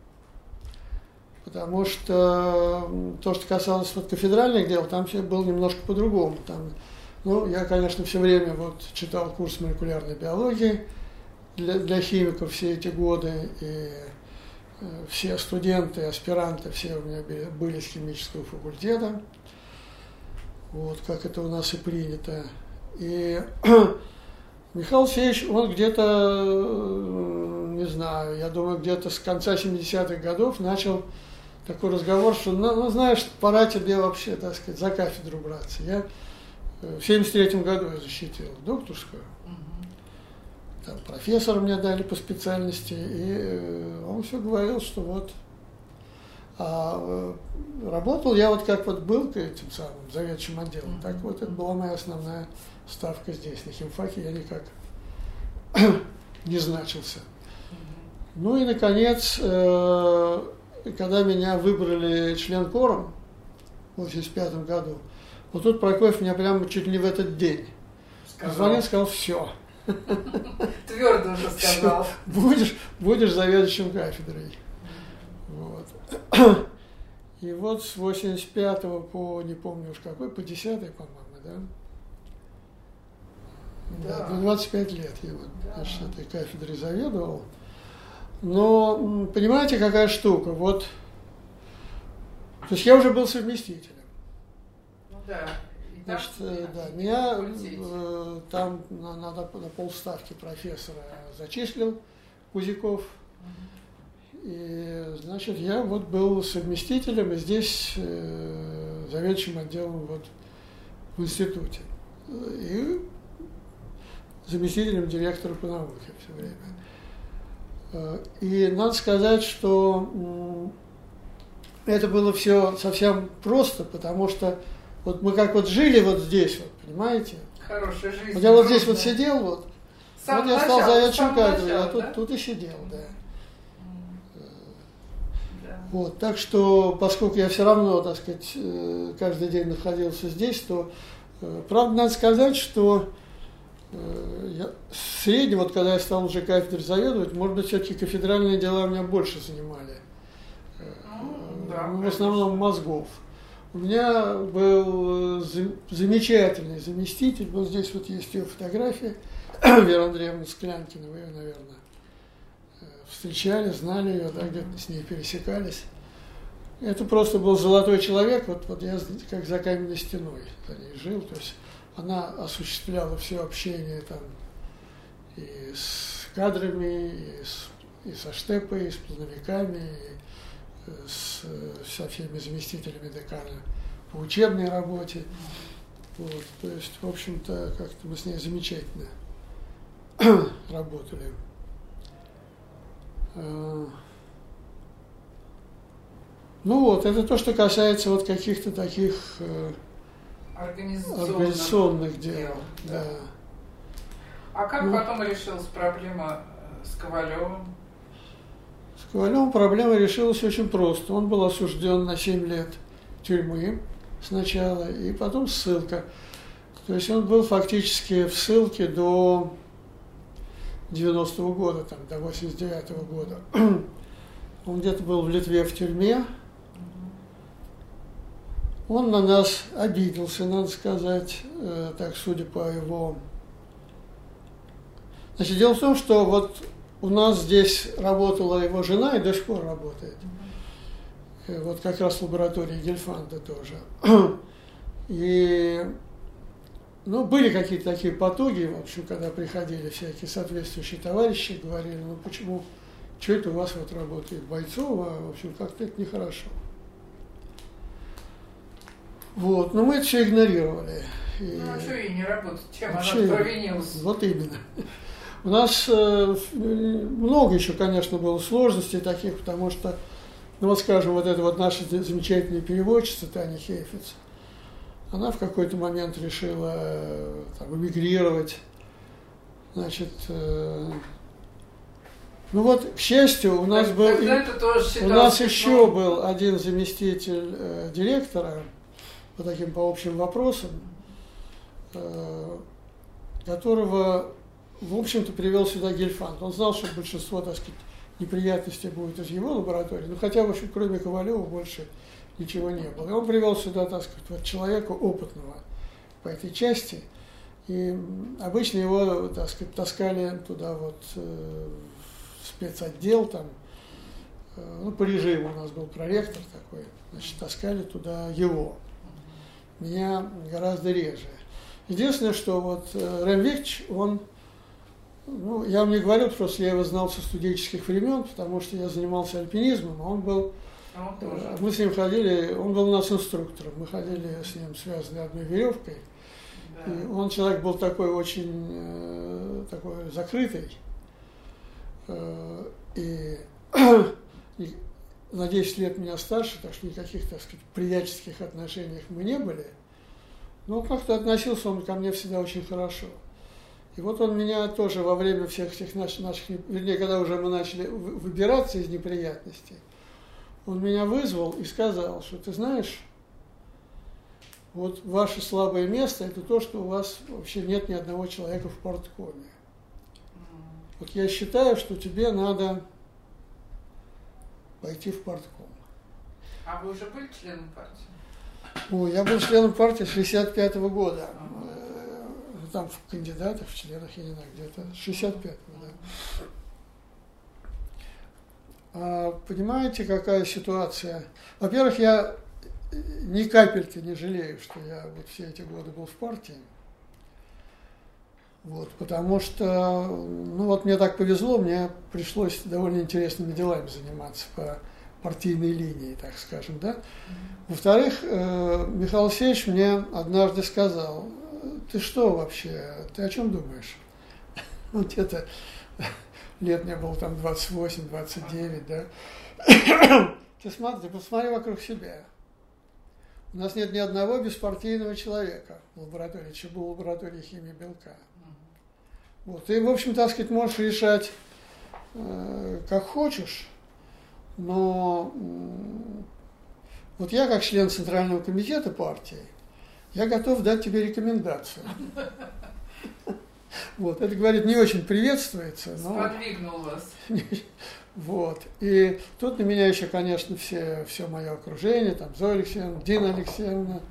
Потому что то, что касалось вот кафедральных дел, там все было немножко по-другому. Там Ну, я, конечно, все время вот читал курс молекулярной биологии для химиков все эти годы, и все студенты, аспиранты, все у меня были с химического факультета, вот, как это у нас и принято. И Михаил Алексеевич, он где-то, не знаю, я думаю, где-то с конца 70-х годов начал такой разговор, что, ну, знаешь, пора тебе вообще, так сказать, за кафедру браться. Я в 73-м году я защитил докторскую, там профессора мне дали по специальности, и он все говорил, что вот. А работал я вот как вот был этим самым заведующим отделом, так вот это была моя основная ставка здесь, на химфаке я никак не значился. Ну и, наконец, когда меня выбрали членкором в 1985 году, вот тут Прокофьев меня прямо чуть ли не в этот день звонил, сказал, все. Твердо уже сказал. Будешь заведующим кафедрой. Вот. И вот с 85 по, не помню уж какой, по 10, по-моему, да? Да, 25 лет я вот, значит, этой кафедрой заведовал. Но понимаете, какая штука? Вот, то есть я уже был совместителем. Ну да. Значит, да, меня там на полставки профессора зачислил Кузяков. И, значит, я вот был совместителем и здесь заведующим отделом вот в институте. И заместителем директора по науке все время. И надо сказать, что это было все совсем просто, потому что вот мы как вот жили вот здесь, вот, понимаете? Хорошая жизнь. Вот я вот здесь вот сидел, вот я стал заведующим кафедрой, да? а тут и сидел, да. Вот, так что, поскольку я все равно, так сказать, каждый день находился здесь, то, правда, надо сказать, что я, в среднем, вот когда я стал уже кафедрой заведовать, может быть, все-таки кафедральные дела меня больше занимали. В основном мозгов. У меня был замечательный заместитель, вот здесь вот есть ее фотография, Вера Андреевна Склянкина, вы ее, наверное, встречали, знали ее, да, где-то с ней пересекались. Это просто был золотой человек, вот я как за каменной стеной за ней жил, то есть она осуществляла все общение там и с кадрами, и со штепой, и с плановиками, и со всеми заместителями декана по учебной работе. Вот, то есть, в общем-то, как-то мы с ней замечательно работали. Ну вот, это то, что касается вот каких-то таких организационных дел. Да. А как потом решилась проблема с Ковалевым? С Ковалевым проблема решилась очень просто. Он был осужден на 7 лет тюрьмы сначала, и потом ссылка. То есть он был фактически в ссылке до 90-го года, там, до 89-го года. Он где-то был в Литве в тюрьме. Он на нас обиделся, надо сказать, так, судя по его... Значит, дело в том, что вот у нас здесь работала его жена и до сих пор работает. Вот как раз в лаборатории Гельфанда тоже. И, ну, были какие-то такие потуги, в общем, когда приходили всякие соответствующие товарищи, говорили, ну почему, что это у вас вот работает Бойцова, в общем, как-то это нехорошо. Вот, но мы это все игнорировали. Ну, а что ей не работать? Чем она провинилась? Вот именно. У нас много еще, конечно, было сложностей таких, потому что, ну вот скажем, вот эта вот наша замечательная переводчица Таня Хейфиц, она в какой-то момент решила там, эмигрировать. Значит, ну вот, к счастью, у нас был, у нас еще был один заместитель директора по таким по общим вопросам, которого, в общем-то, привел сюда Гельфанд. Он знал, что большинство, так сказать, неприятностей будет из его лаборатории, но хотя, в общем, кроме Ковалева больше ничего не было. И он привел сюда, так сказать, вот человека опытного по этой части. И обычно его, так сказать, таскали туда вот в спецотдел, там, ну, по режиму у нас был проректор такой, значит, таскали туда его. Меня гораздо реже. Единственное, что вот Рем Викторович, он, ну, я вам не говорю, просто я его знал со студенческих времен, потому что я занимался альпинизмом, а он был, мы с ним ходили, он был у нас инструктором, мы ходили с ним связаны одной веревкой. Да. И он человек был такой очень такой закрытый, и на 10 лет меня старше, так что никаких, так сказать, приятельских отношениях мы не были. Но как-то относился он ко мне всегда очень хорошо. И вот он меня тоже во время всех этих наших, вернее, когда уже мы начали выбираться из неприятностей, он меня вызвал и сказал, что ты знаешь, вот ваше слабое место – это то, что у вас вообще нет ни одного человека в парткоме. Вот я считаю, что тебе надо пойти в партком. А вы уже были членом партии? Ой, я был членом партии с 65-го года. Там в кандидатах, в членах, я не знаю, где-то с 65-го, да. Понимаете, какая ситуация? Во-первых, я ни капельки не жалею, что я вот все эти годы был в партии. Вот, потому что, ну вот мне так повезло, мне пришлось довольно интересными делами заниматься по партийной линии, так скажем, да. Во-вторых, Михаил Алексеевич мне однажды сказал, ты что вообще, ты о чем думаешь? Вот где-то лет мне было там 28-29, да. Ты посмотри вокруг себя. У нас нет ни одного беспартийного человека в лаборатории, ЧБУ лаборатории химии белка. Вот. Ты, в общем, так сказать, можешь решать как хочешь, но вот я, как член Центрального комитета партии, я готов дать тебе рекомендацию. Вот. Это, говорит, не очень приветствуется. Но... Сподвигнул вас. Вот. И тут на меня еще, конечно, все мое окружение, там Зоя Алексеевна, Дина Алексеевна,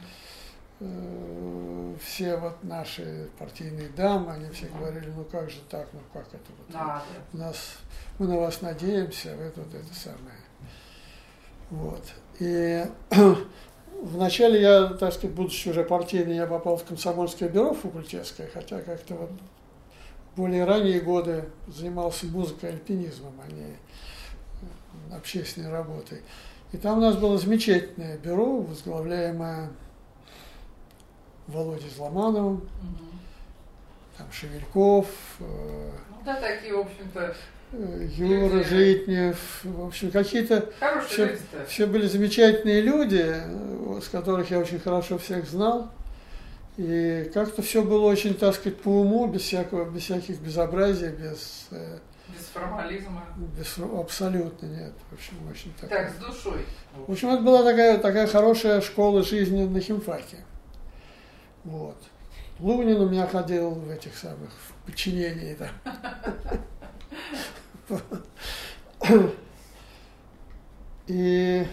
все вот наши партийные дамы, они все говорили, ну как же так, ну как это вот. У нас, мы на вас надеемся, вы тут это самое. Вот. И вначале я, так сказать, будучи уже партийный, я попал в комсомольское бюро факультетское, хотя как-то вот более ранние годы занимался музыкой и альпинизмом, а не общественной работой. И там у нас было замечательное бюро, возглавляемое Володей Зломановым, там Шевельков, да, такие, в общем-то, Юра Житнев, в общем, какие-то все были замечательные люди, с которых я очень хорошо всех знал. И как-то все было очень, так сказать, по уму, без всяких безобразий, без формализма. Абсолютно нет. В общем, очень так, с душой. В общем, это была такая хорошая школа жизни на химфаке. Вот. Лунин у меня ходил в этих самых в подчинении. И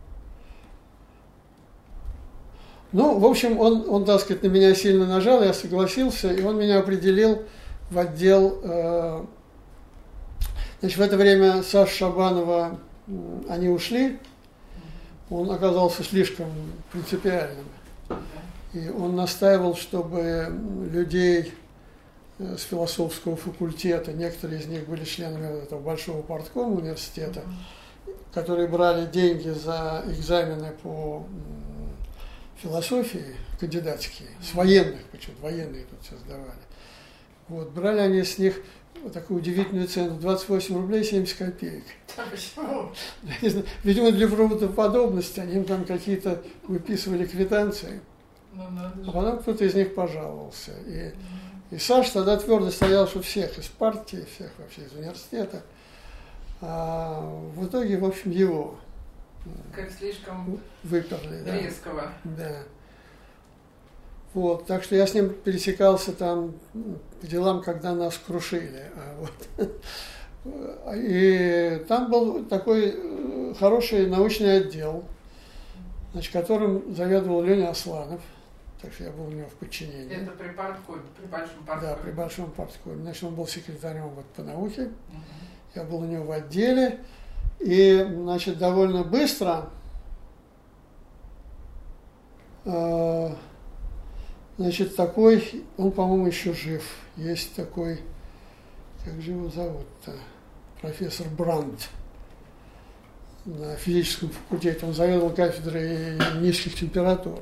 ну, в общем, он, так сказать, на меня сильно нажал, я согласился, и он меня определил в отдел. Значит, в это время Саша Шабанова, они ушли, он оказался слишком принципиальным. И он настаивал, чтобы людей с философского факультета, некоторые из них были членами этого большого парткома университета, которые брали деньги за экзамены по философии кандидатские, с военных, почему-то военные тут все сдавали. Вот, брали они с них вот такую удивительную цену, 28 рублей 70 копеек. Почему? Видимо, для правдоподобности они им там какие-то выписывали квитанции. А потом кто-то из них пожаловался. И Саша тогда твердо стоял, что всех из партии, всех вообще из университета. А в итоге, в общем, его как слишком выперли. Резкого. Да. Вот, так что я с ним пересекался там по делам, когда нас крушили. И там был такой хороший научный отдел, значит, которым заведовал Леня Асланов, Так что я был у него в подчинении. Это при парткоме, при большом парткоме? Да, при большом парткоме. Значит, он был секретарем вот по науке. Я был у него в отделе. И, значит, довольно быстро, значит, такой, он, по-моему, еще жив. Есть такой, как же его зовут-то, профессор Брандт на физическом факультете. Он заведовал кафедрой низких температур.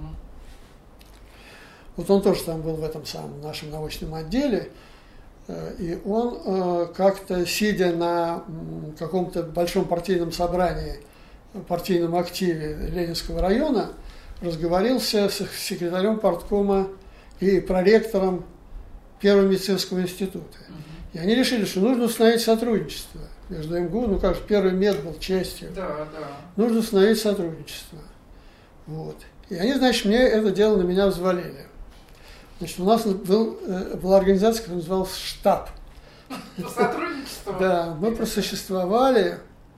Вот он тоже там был в этом самом нашем научном отделе. И он как-то, сидя на каком-то большом партийном собрании, партийном активе Ленинского района, разговорился с секретарем парткома и проректором Первого медицинского института. И они решили, что нужно установить сотрудничество между МГУ, ну как же, первый мед был честью. Да. Нужно установить сотрудничество. Вот. И они, значит, мне это дело на меня взвалили. Значит, у нас была организация, которая называлась «Штаб». По сотрудничеству? Да, мы просуществовали,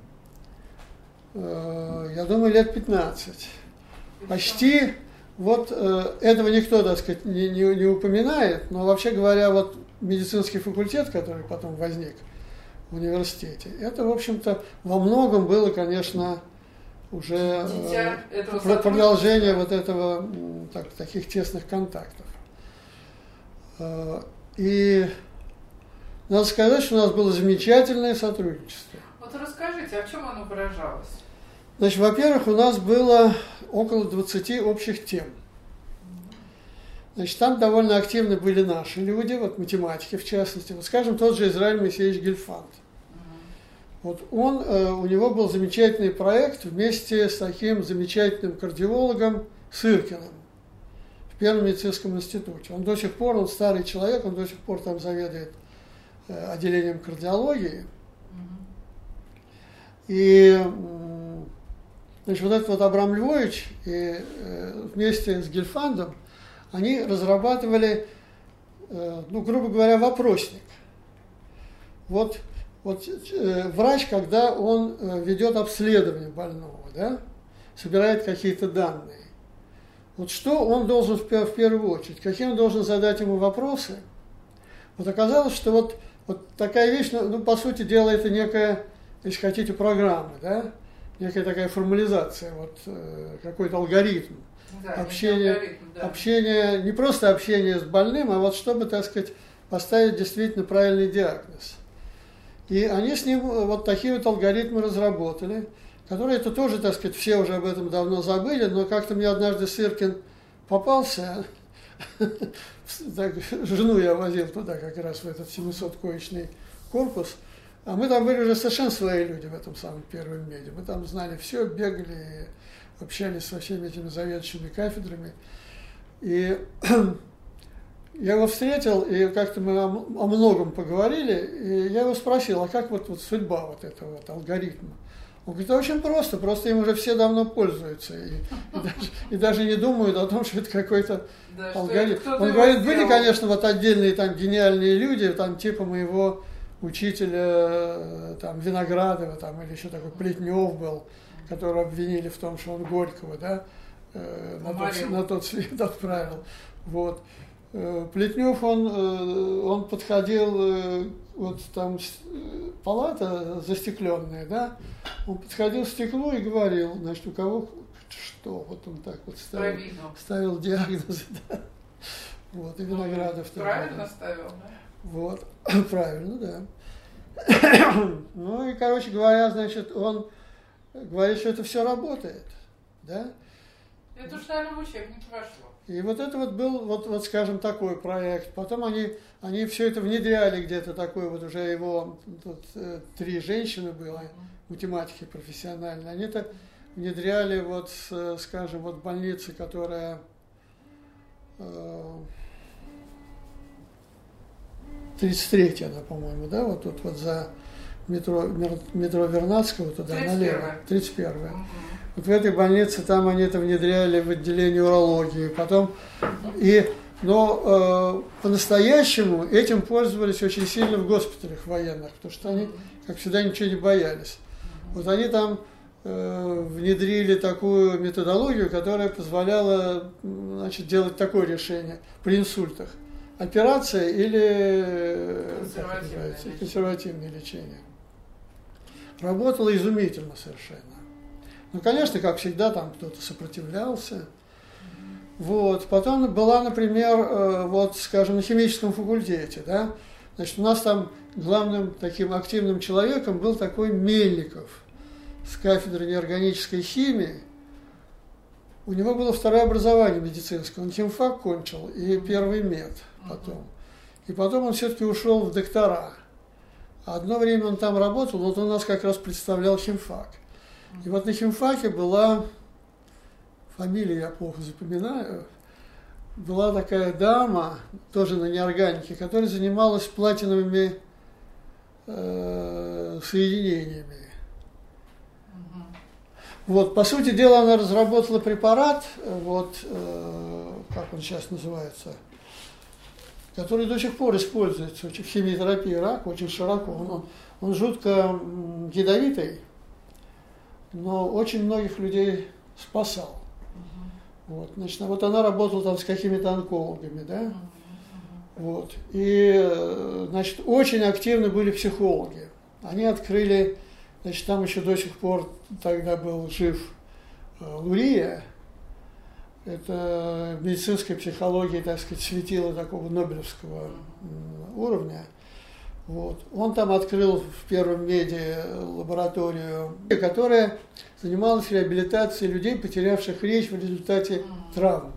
я думаю, лет 15. Почти, вот этого никто, так сказать, не упоминает, но вообще говоря, вот медицинский факультет, который потом возник в университете, это, в общем-то, во многом было, конечно, уже продолжение вот этого, таких тесных контактов. И надо сказать, что у нас было замечательное сотрудничество. Вот расскажите, а в чем оно выражалось? Значит, во-первых, у нас было около 20 общих тем. Значит, там довольно активны были наши люди, вот математики в частности. Вот, скажем, тот же Израиль Моисеевич Гельфанд. Вот он, у него был замечательный проект вместе с таким замечательным кардиологом Сыркиным в Первом медицинском институте. Он до сих пор, он старый человек, он до сих пор там заведует отделением кардиологии. И, значит, вот этот вот Абрам Львович и вместе с Гельфандом они разрабатывали, ну, грубо говоря, вопросник. Вот врач, когда он ведет обследование больного, да, собирает какие-то данные, вот что он должен в первую очередь, какие он должен задать ему вопросы. Вот оказалось, что вот такая вещь, ну, по сути дела, это некая, если хотите, программа, да, некая такая формализация, вот какой-то алгоритм. Да, общение, не просто общение с больным, а вот чтобы, так сказать, поставить действительно правильный диагноз. И они с ним вот такие вот алгоритмы разработали, которые это тоже, так сказать, все уже об этом давно забыли, но как-то мне однажды Сыркин попался, жену я возил туда как раз в этот 700-коечный корпус, а мы там были уже совершенно свои люди в этом самом первом меди. Мы там знали все, бегали, общались со всеми этими заведующими кафедрами. И я его встретил, и как-то мы о многом поговорили, и я его спросил, а как вот судьба вот этого вот алгоритма? Он говорит, очень просто им уже все давно пользуются, и даже не думают о том, что это какой-то алгоритм. Он говорит, были, конечно, вот отдельные там гениальные люди, там типа моего учителя там Виноградова, там, или еще такой Плетнев был, которого обвинили в том, что он Горького, да, на тот свет отправил. Вот. Плетнев, он подходил, вот там палата застекленная, да, он подходил к стеклу и говорил, значит, у кого что, вот он так вот ставил диагнозы, да. Вот, и Виноградов. Правильно ставил, да? Вот, правильно, да. Ну и, короче говоря, значит, он говорит, что это все работает, да. Это уж, наверное, в учебнике вошло. И вот это вот был, вот скажем, такой проект. Потом они все это внедряли где-то такой, вот уже его, тут 3 женщины было, математики профессиональные. Они это внедряли вот, скажем, вот в больнице, которая 33-я, она, по-моему, да, вот тут вот за метро Вернадского туда налево. 31-я. Вот в этой больнице там они это внедряли в отделении урологии. Потом, но по-настоящему этим пользовались очень сильно в госпиталях военных, потому что они, как всегда, ничего не боялись. Вот они там внедрили такую методологию, которая позволяла, значит, делать такое решение при инсультах. Операция или консервативное лечение. Работало изумительно совершенно. Ну, конечно, как всегда, там кто-то сопротивлялся. Вот. Потом была, например, вот, скажем, на химическом факультете, да, значит, у нас там главным таким активным человеком был такой Мельников с кафедры неорганической химии. У него было второе образование медицинское, он химфак кончил и первый мед потом. И потом он все-таки ушел в доктора. Одно время он там работал, вот он у нас как раз представлял химфак. И вот на химфаке была, фамилию я плохо запоминаю, была такая дама, тоже на неорганике, которая занималась платиновыми соединениями. Вот, по сути дела, она разработала препарат, вот, как он сейчас называется, который до сих пор используется в химиотерапии рака очень широко. Он жутко ядовитый, но очень многих людей спасал. Вот, значит, вот она работала там с какими-то онкологами, да? Вот. И, значит, очень активны были психологи. Они открыли, значит, там еще до сих пор тогда был жив Лурия. Это медицинская психология, так сказать, светила такого нобелевского уровня. Вот. Он там открыл в первом меди лабораторию, которая занималась реабилитацией людей, потерявших речь в результате травм.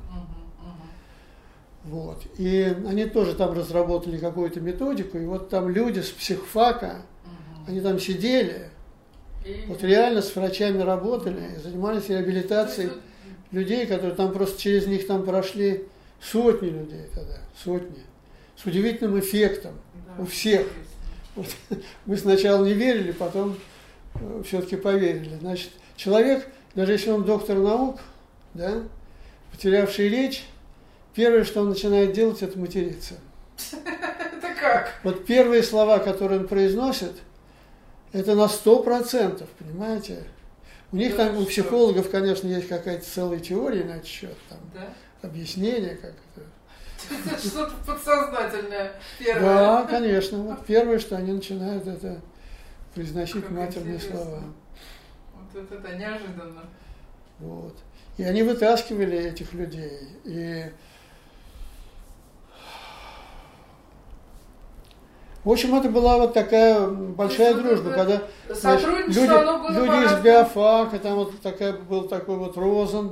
Вот. И они тоже там разработали какую-то методику, и вот там люди с психфака, они там сидели, вот реально с врачами работали, и занимались реабилитацией людей, которые там просто через них там прошли сотни людей тогда, сотни, с удивительным эффектом у всех. Вот. Мы сначала не верили, потом все-таки поверили. Значит, человек, даже если он доктор наук, да, потерявший речь, первое, что он начинает делать, это материться. Это как? Вот первые слова, которые он произносит, это на 100%, понимаете? У них там, у психологов, конечно, есть какая-то целая теория на этот счет, там, да? объяснение, как это. Это что-то подсознательное первое. Да, конечно. Вот первое, что они начинают, это произносить как матерные интересно. слова. Вот это неожиданно. Вот. И они вытаскивали этих людей. И в общем, это была вот такая большая дружба, когда люди из биофака, там вот был такой вот Розен,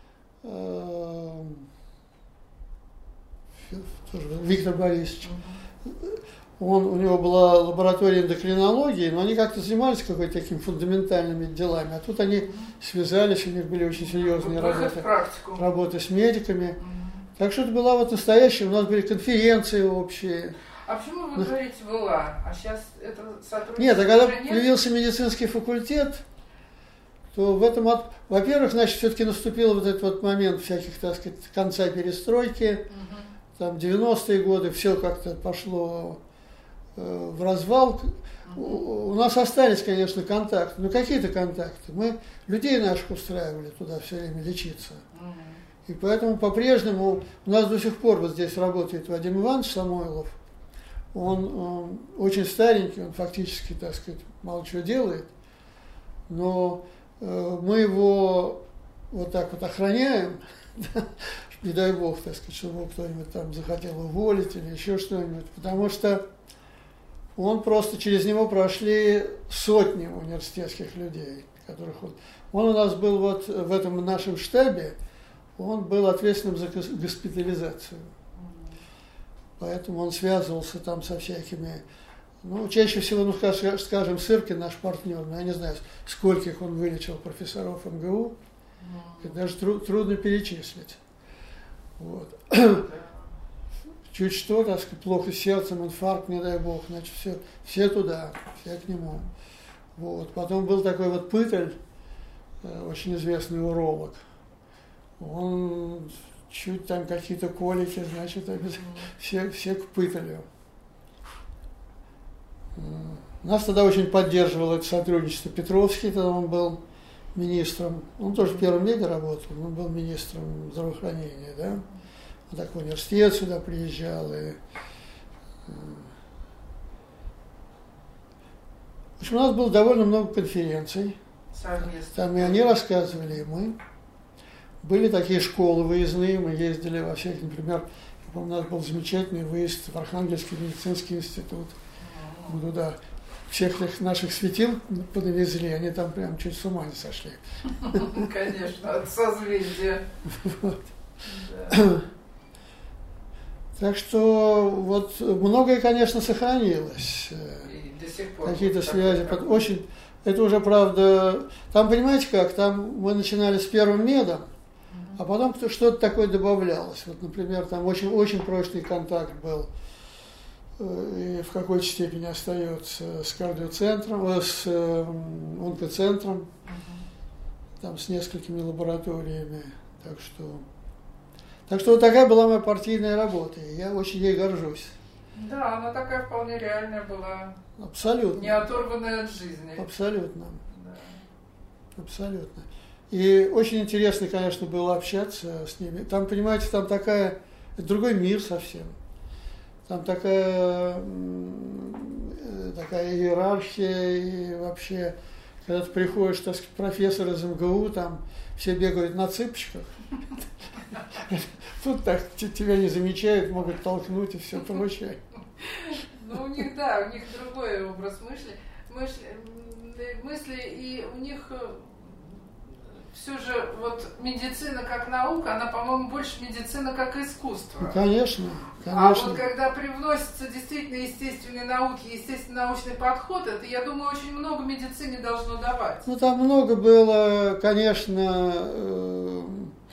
Виктор Борисович. У него была лаборатория эндокринологии, но они как-то занимались какими-то такими фундаментальными делами. А тут они связались, у них были очень серьезные работы с медиками. Так что это была вот настоящая, у нас были конференции общие. А почему вы говорите была? А сейчас это сотрудничество? Нет, а когда появился медицинский факультет, то в этом, во-первых, значит, все-таки наступил вот этот вот момент всяких, так сказать, конца перестройки, там 90-е годы, все как-то пошло в развал. У нас остались, конечно, контакты, но какие-то контакты. Мы людей наших устраивали туда все время лечиться. И поэтому по-прежнему у нас до сих пор вот здесь работает Вадим Иванович Самойлов. Он очень старенький, он фактически, так сказать, мало чего делает, но мы его вот так вот охраняем, не дай бог, так сказать, чтобы кто-нибудь там захотел уволить или еще что-нибудь, потому что он просто, через него прошли сотни университетских людей, которых он у нас был вот в этом нашем штабе, он был ответственным за госпитализацию. Поэтому он связывался там со всякими, ну, чаще всего, ну, скажем, Сыркин, наш партнер, ну, я не знаю, скольких он вылечил профессоров МГУ, это даже трудно перечислить. Вот. Чуть что, так сказать, плохо с сердцем, инфаркт, не дай бог, значит, все туда, все к нему. Вот. Потом был такой вот Пыталь, очень известный уролог. Он чуть там какие-то колики, значит, все к Пыталю. Нас тогда очень поддерживал это сотрудничество. Петровский тогда он был министром, он тоже в первом меди работал, он был министром здравоохранения, да. Он так в университет сюда приезжал. В общем, у нас было довольно много конференций. Совместно. Там и они рассказывали, и мы. Были такие школы выездные, мы ездили во всяких, например, я помню, у нас был замечательный выезд в Архангельский медицинский институт. Мы туда всех этих наших светил подвезли, они там прям чуть с ума не сошли. Конечно, от созвездия. Так что вот многое, конечно, сохранилось. И до сих пор. Какие-то связи. Очень, это уже, правда, там, понимаете как, там мы начинали с первым медом, а потом что-то такое добавлялось. Вот, например, там очень прочный контакт был, и в какой-то степени остается с кардиоцентром, с онкоцентром, там с несколькими лабораториями. Так что вот такая была моя партийная работа, и я очень ей горжусь. Да, она такая вполне реальная была. Абсолютно. Не оторванная от жизни. Абсолютно. Да. Абсолютно. И очень интересно, конечно, было общаться с ними. Там, понимаете, там это другой мир совсем. Там такая иерархия, и вообще, когда ты приходишь, так сказать, профессор из МГУ, там все бегают на цыпочках. Тут так тебя не замечают, могут толкнуть и все прочее. Ну, у них другой образ мысли, и у них все же вот медицина как наука, она, по-моему, больше медицина как искусство. Ну, конечно. А вот когда привносятся действительно естественные науки, естественно-научный подход, это, я думаю, очень много медицине должно давать. Ну, там много было, конечно,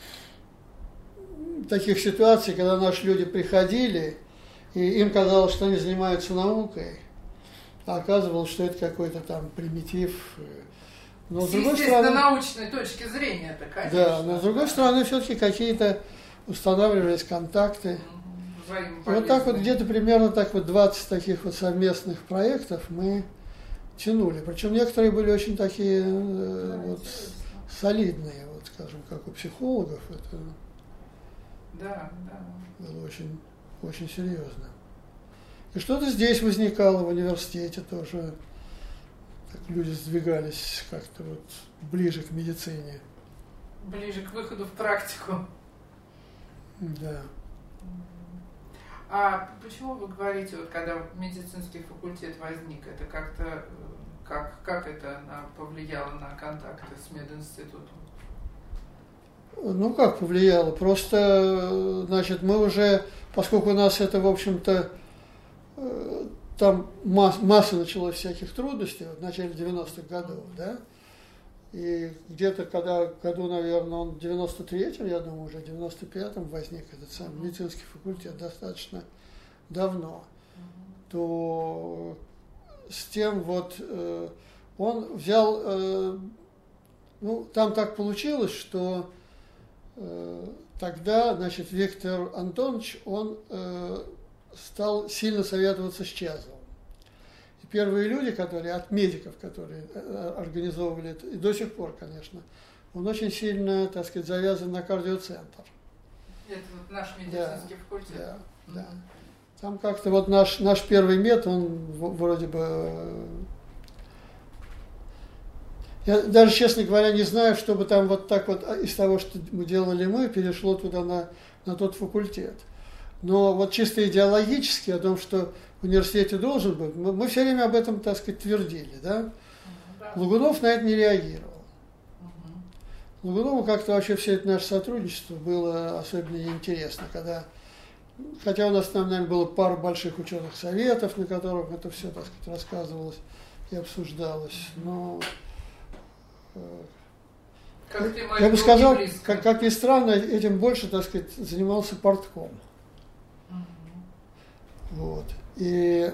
таких ситуаций, когда наши люди приходили, и им казалось, что они занимаются наукой, а оказывалось, что это какой-то там примитив. Но с естественно-научной точки зрения, это, конечно. Да, но с другой стороны, все-таки какие-то устанавливались контакты. И вот так вот, где-то примерно так вот 20 таких вот совместных проектов мы тянули. Причем некоторые были очень такие вот солидные, вот скажем, как у психологов. Это было очень, очень серьезно. И что-то здесь возникало в университете тоже. Так люди сдвигались как-то вот ближе к медицине. Ближе к выходу в практику. Да. А почему вы говорите, вот когда медицинский факультет возник, это как-то, как это повлияло на контакты с мединститутом? Ну, как повлияло? Просто, значит, мы уже, поскольку у нас это, в общем-то, там масса началась всяких трудностей в начале 90-х годов, да, и где-то году, наверное, он в 93-м, я думаю, уже в 95-м возник этот самый медицинский факультет достаточно давно, то с тем вот он взял, ну, там так получилось, что тогда, значит, Виктор Антонович, он стал сильно советоваться с Чазовым. И первые люди, от медиков, которые организовывали это, и до сих пор, конечно, он очень сильно, так сказать, завязан на кардиоцентр. Это вот наш медицинский факультет. Да. Там как-то вот наш первый мед, он вроде бы... Я даже, честно говоря, не знаю, чтобы там вот так вот из того, что мы делали перешло туда на тот факультет. Но вот чисто идеологически о том, что в университете должен быть, мы все время об этом, так сказать, твердили, да? Лугунов на это не реагировал. Лугунову как-то вообще все это наше сотрудничество было особенно неинтересно, хотя у нас там, наверное, было пара больших ученых советов, на которых это все, так сказать, рассказывалось и обсуждалось, но... Я бы сказал, как ни странно, этим больше, так сказать, занимался партком. Вот. И,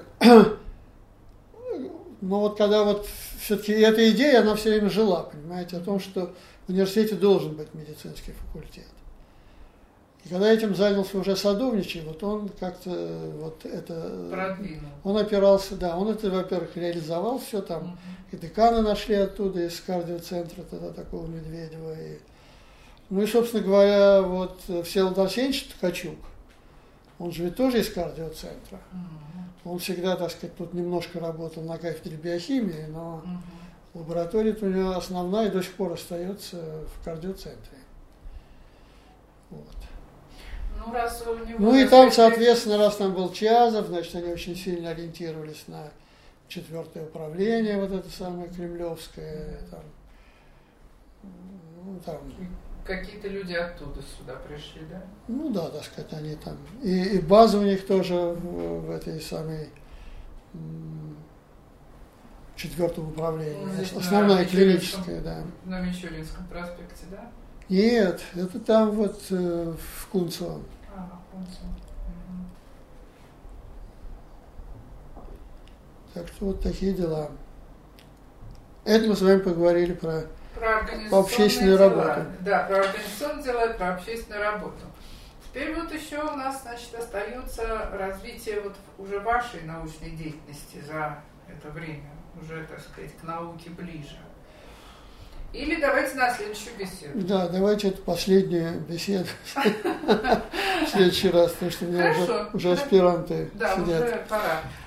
но вот когда вот все-таки эта идея, она все время жила, понимаете, о том, что в университете должен быть медицинский факультет. И когда этим занялся уже Садовничий, вот он как-то вот это... Продвинул. Он опирался, да, он это, во-первых, реализовал все там. И декана нашли оттуда, из кардиоцентра тогда такого Медведева. И, ну и, собственно говоря, вот Всеволод Арсеньевич Ткачук, он же ведь тоже из кардиоцентра. Он всегда, так сказать, тут немножко работал на кафедре биохимии, но лаборатория у него основная и до сих пор остается в кардиоцентре. Вот. Ну, раз у него Ну и там, соответственно, раз там был Чазов, значит, они очень сильно ориентировались на 4-е управление, вот это самое кремлевское. Там, ну, там. Какие-то люди оттуда сюда пришли, да? Ну да, так сказать, они там. И база у них тоже в этой самой 4-м управлении. Ну, основная клиническая, да. На Мичуринском проспекте, да? Нет, это там вот в Кунцево. В Кунцево. Так что вот такие дела. Это мы с вами поговорили про общественную работу. Да, про организационные дела и про общественную работу. Теперь вот еще у нас, значит, остается развитие вот уже вашей научной деятельности за это время, уже, так сказать, к науке ближе. Или давайте на следующую беседу. Да, давайте это последняя беседа в следующий раз, потому что у меня уже аспиранты да, сидят. Да, уже пора.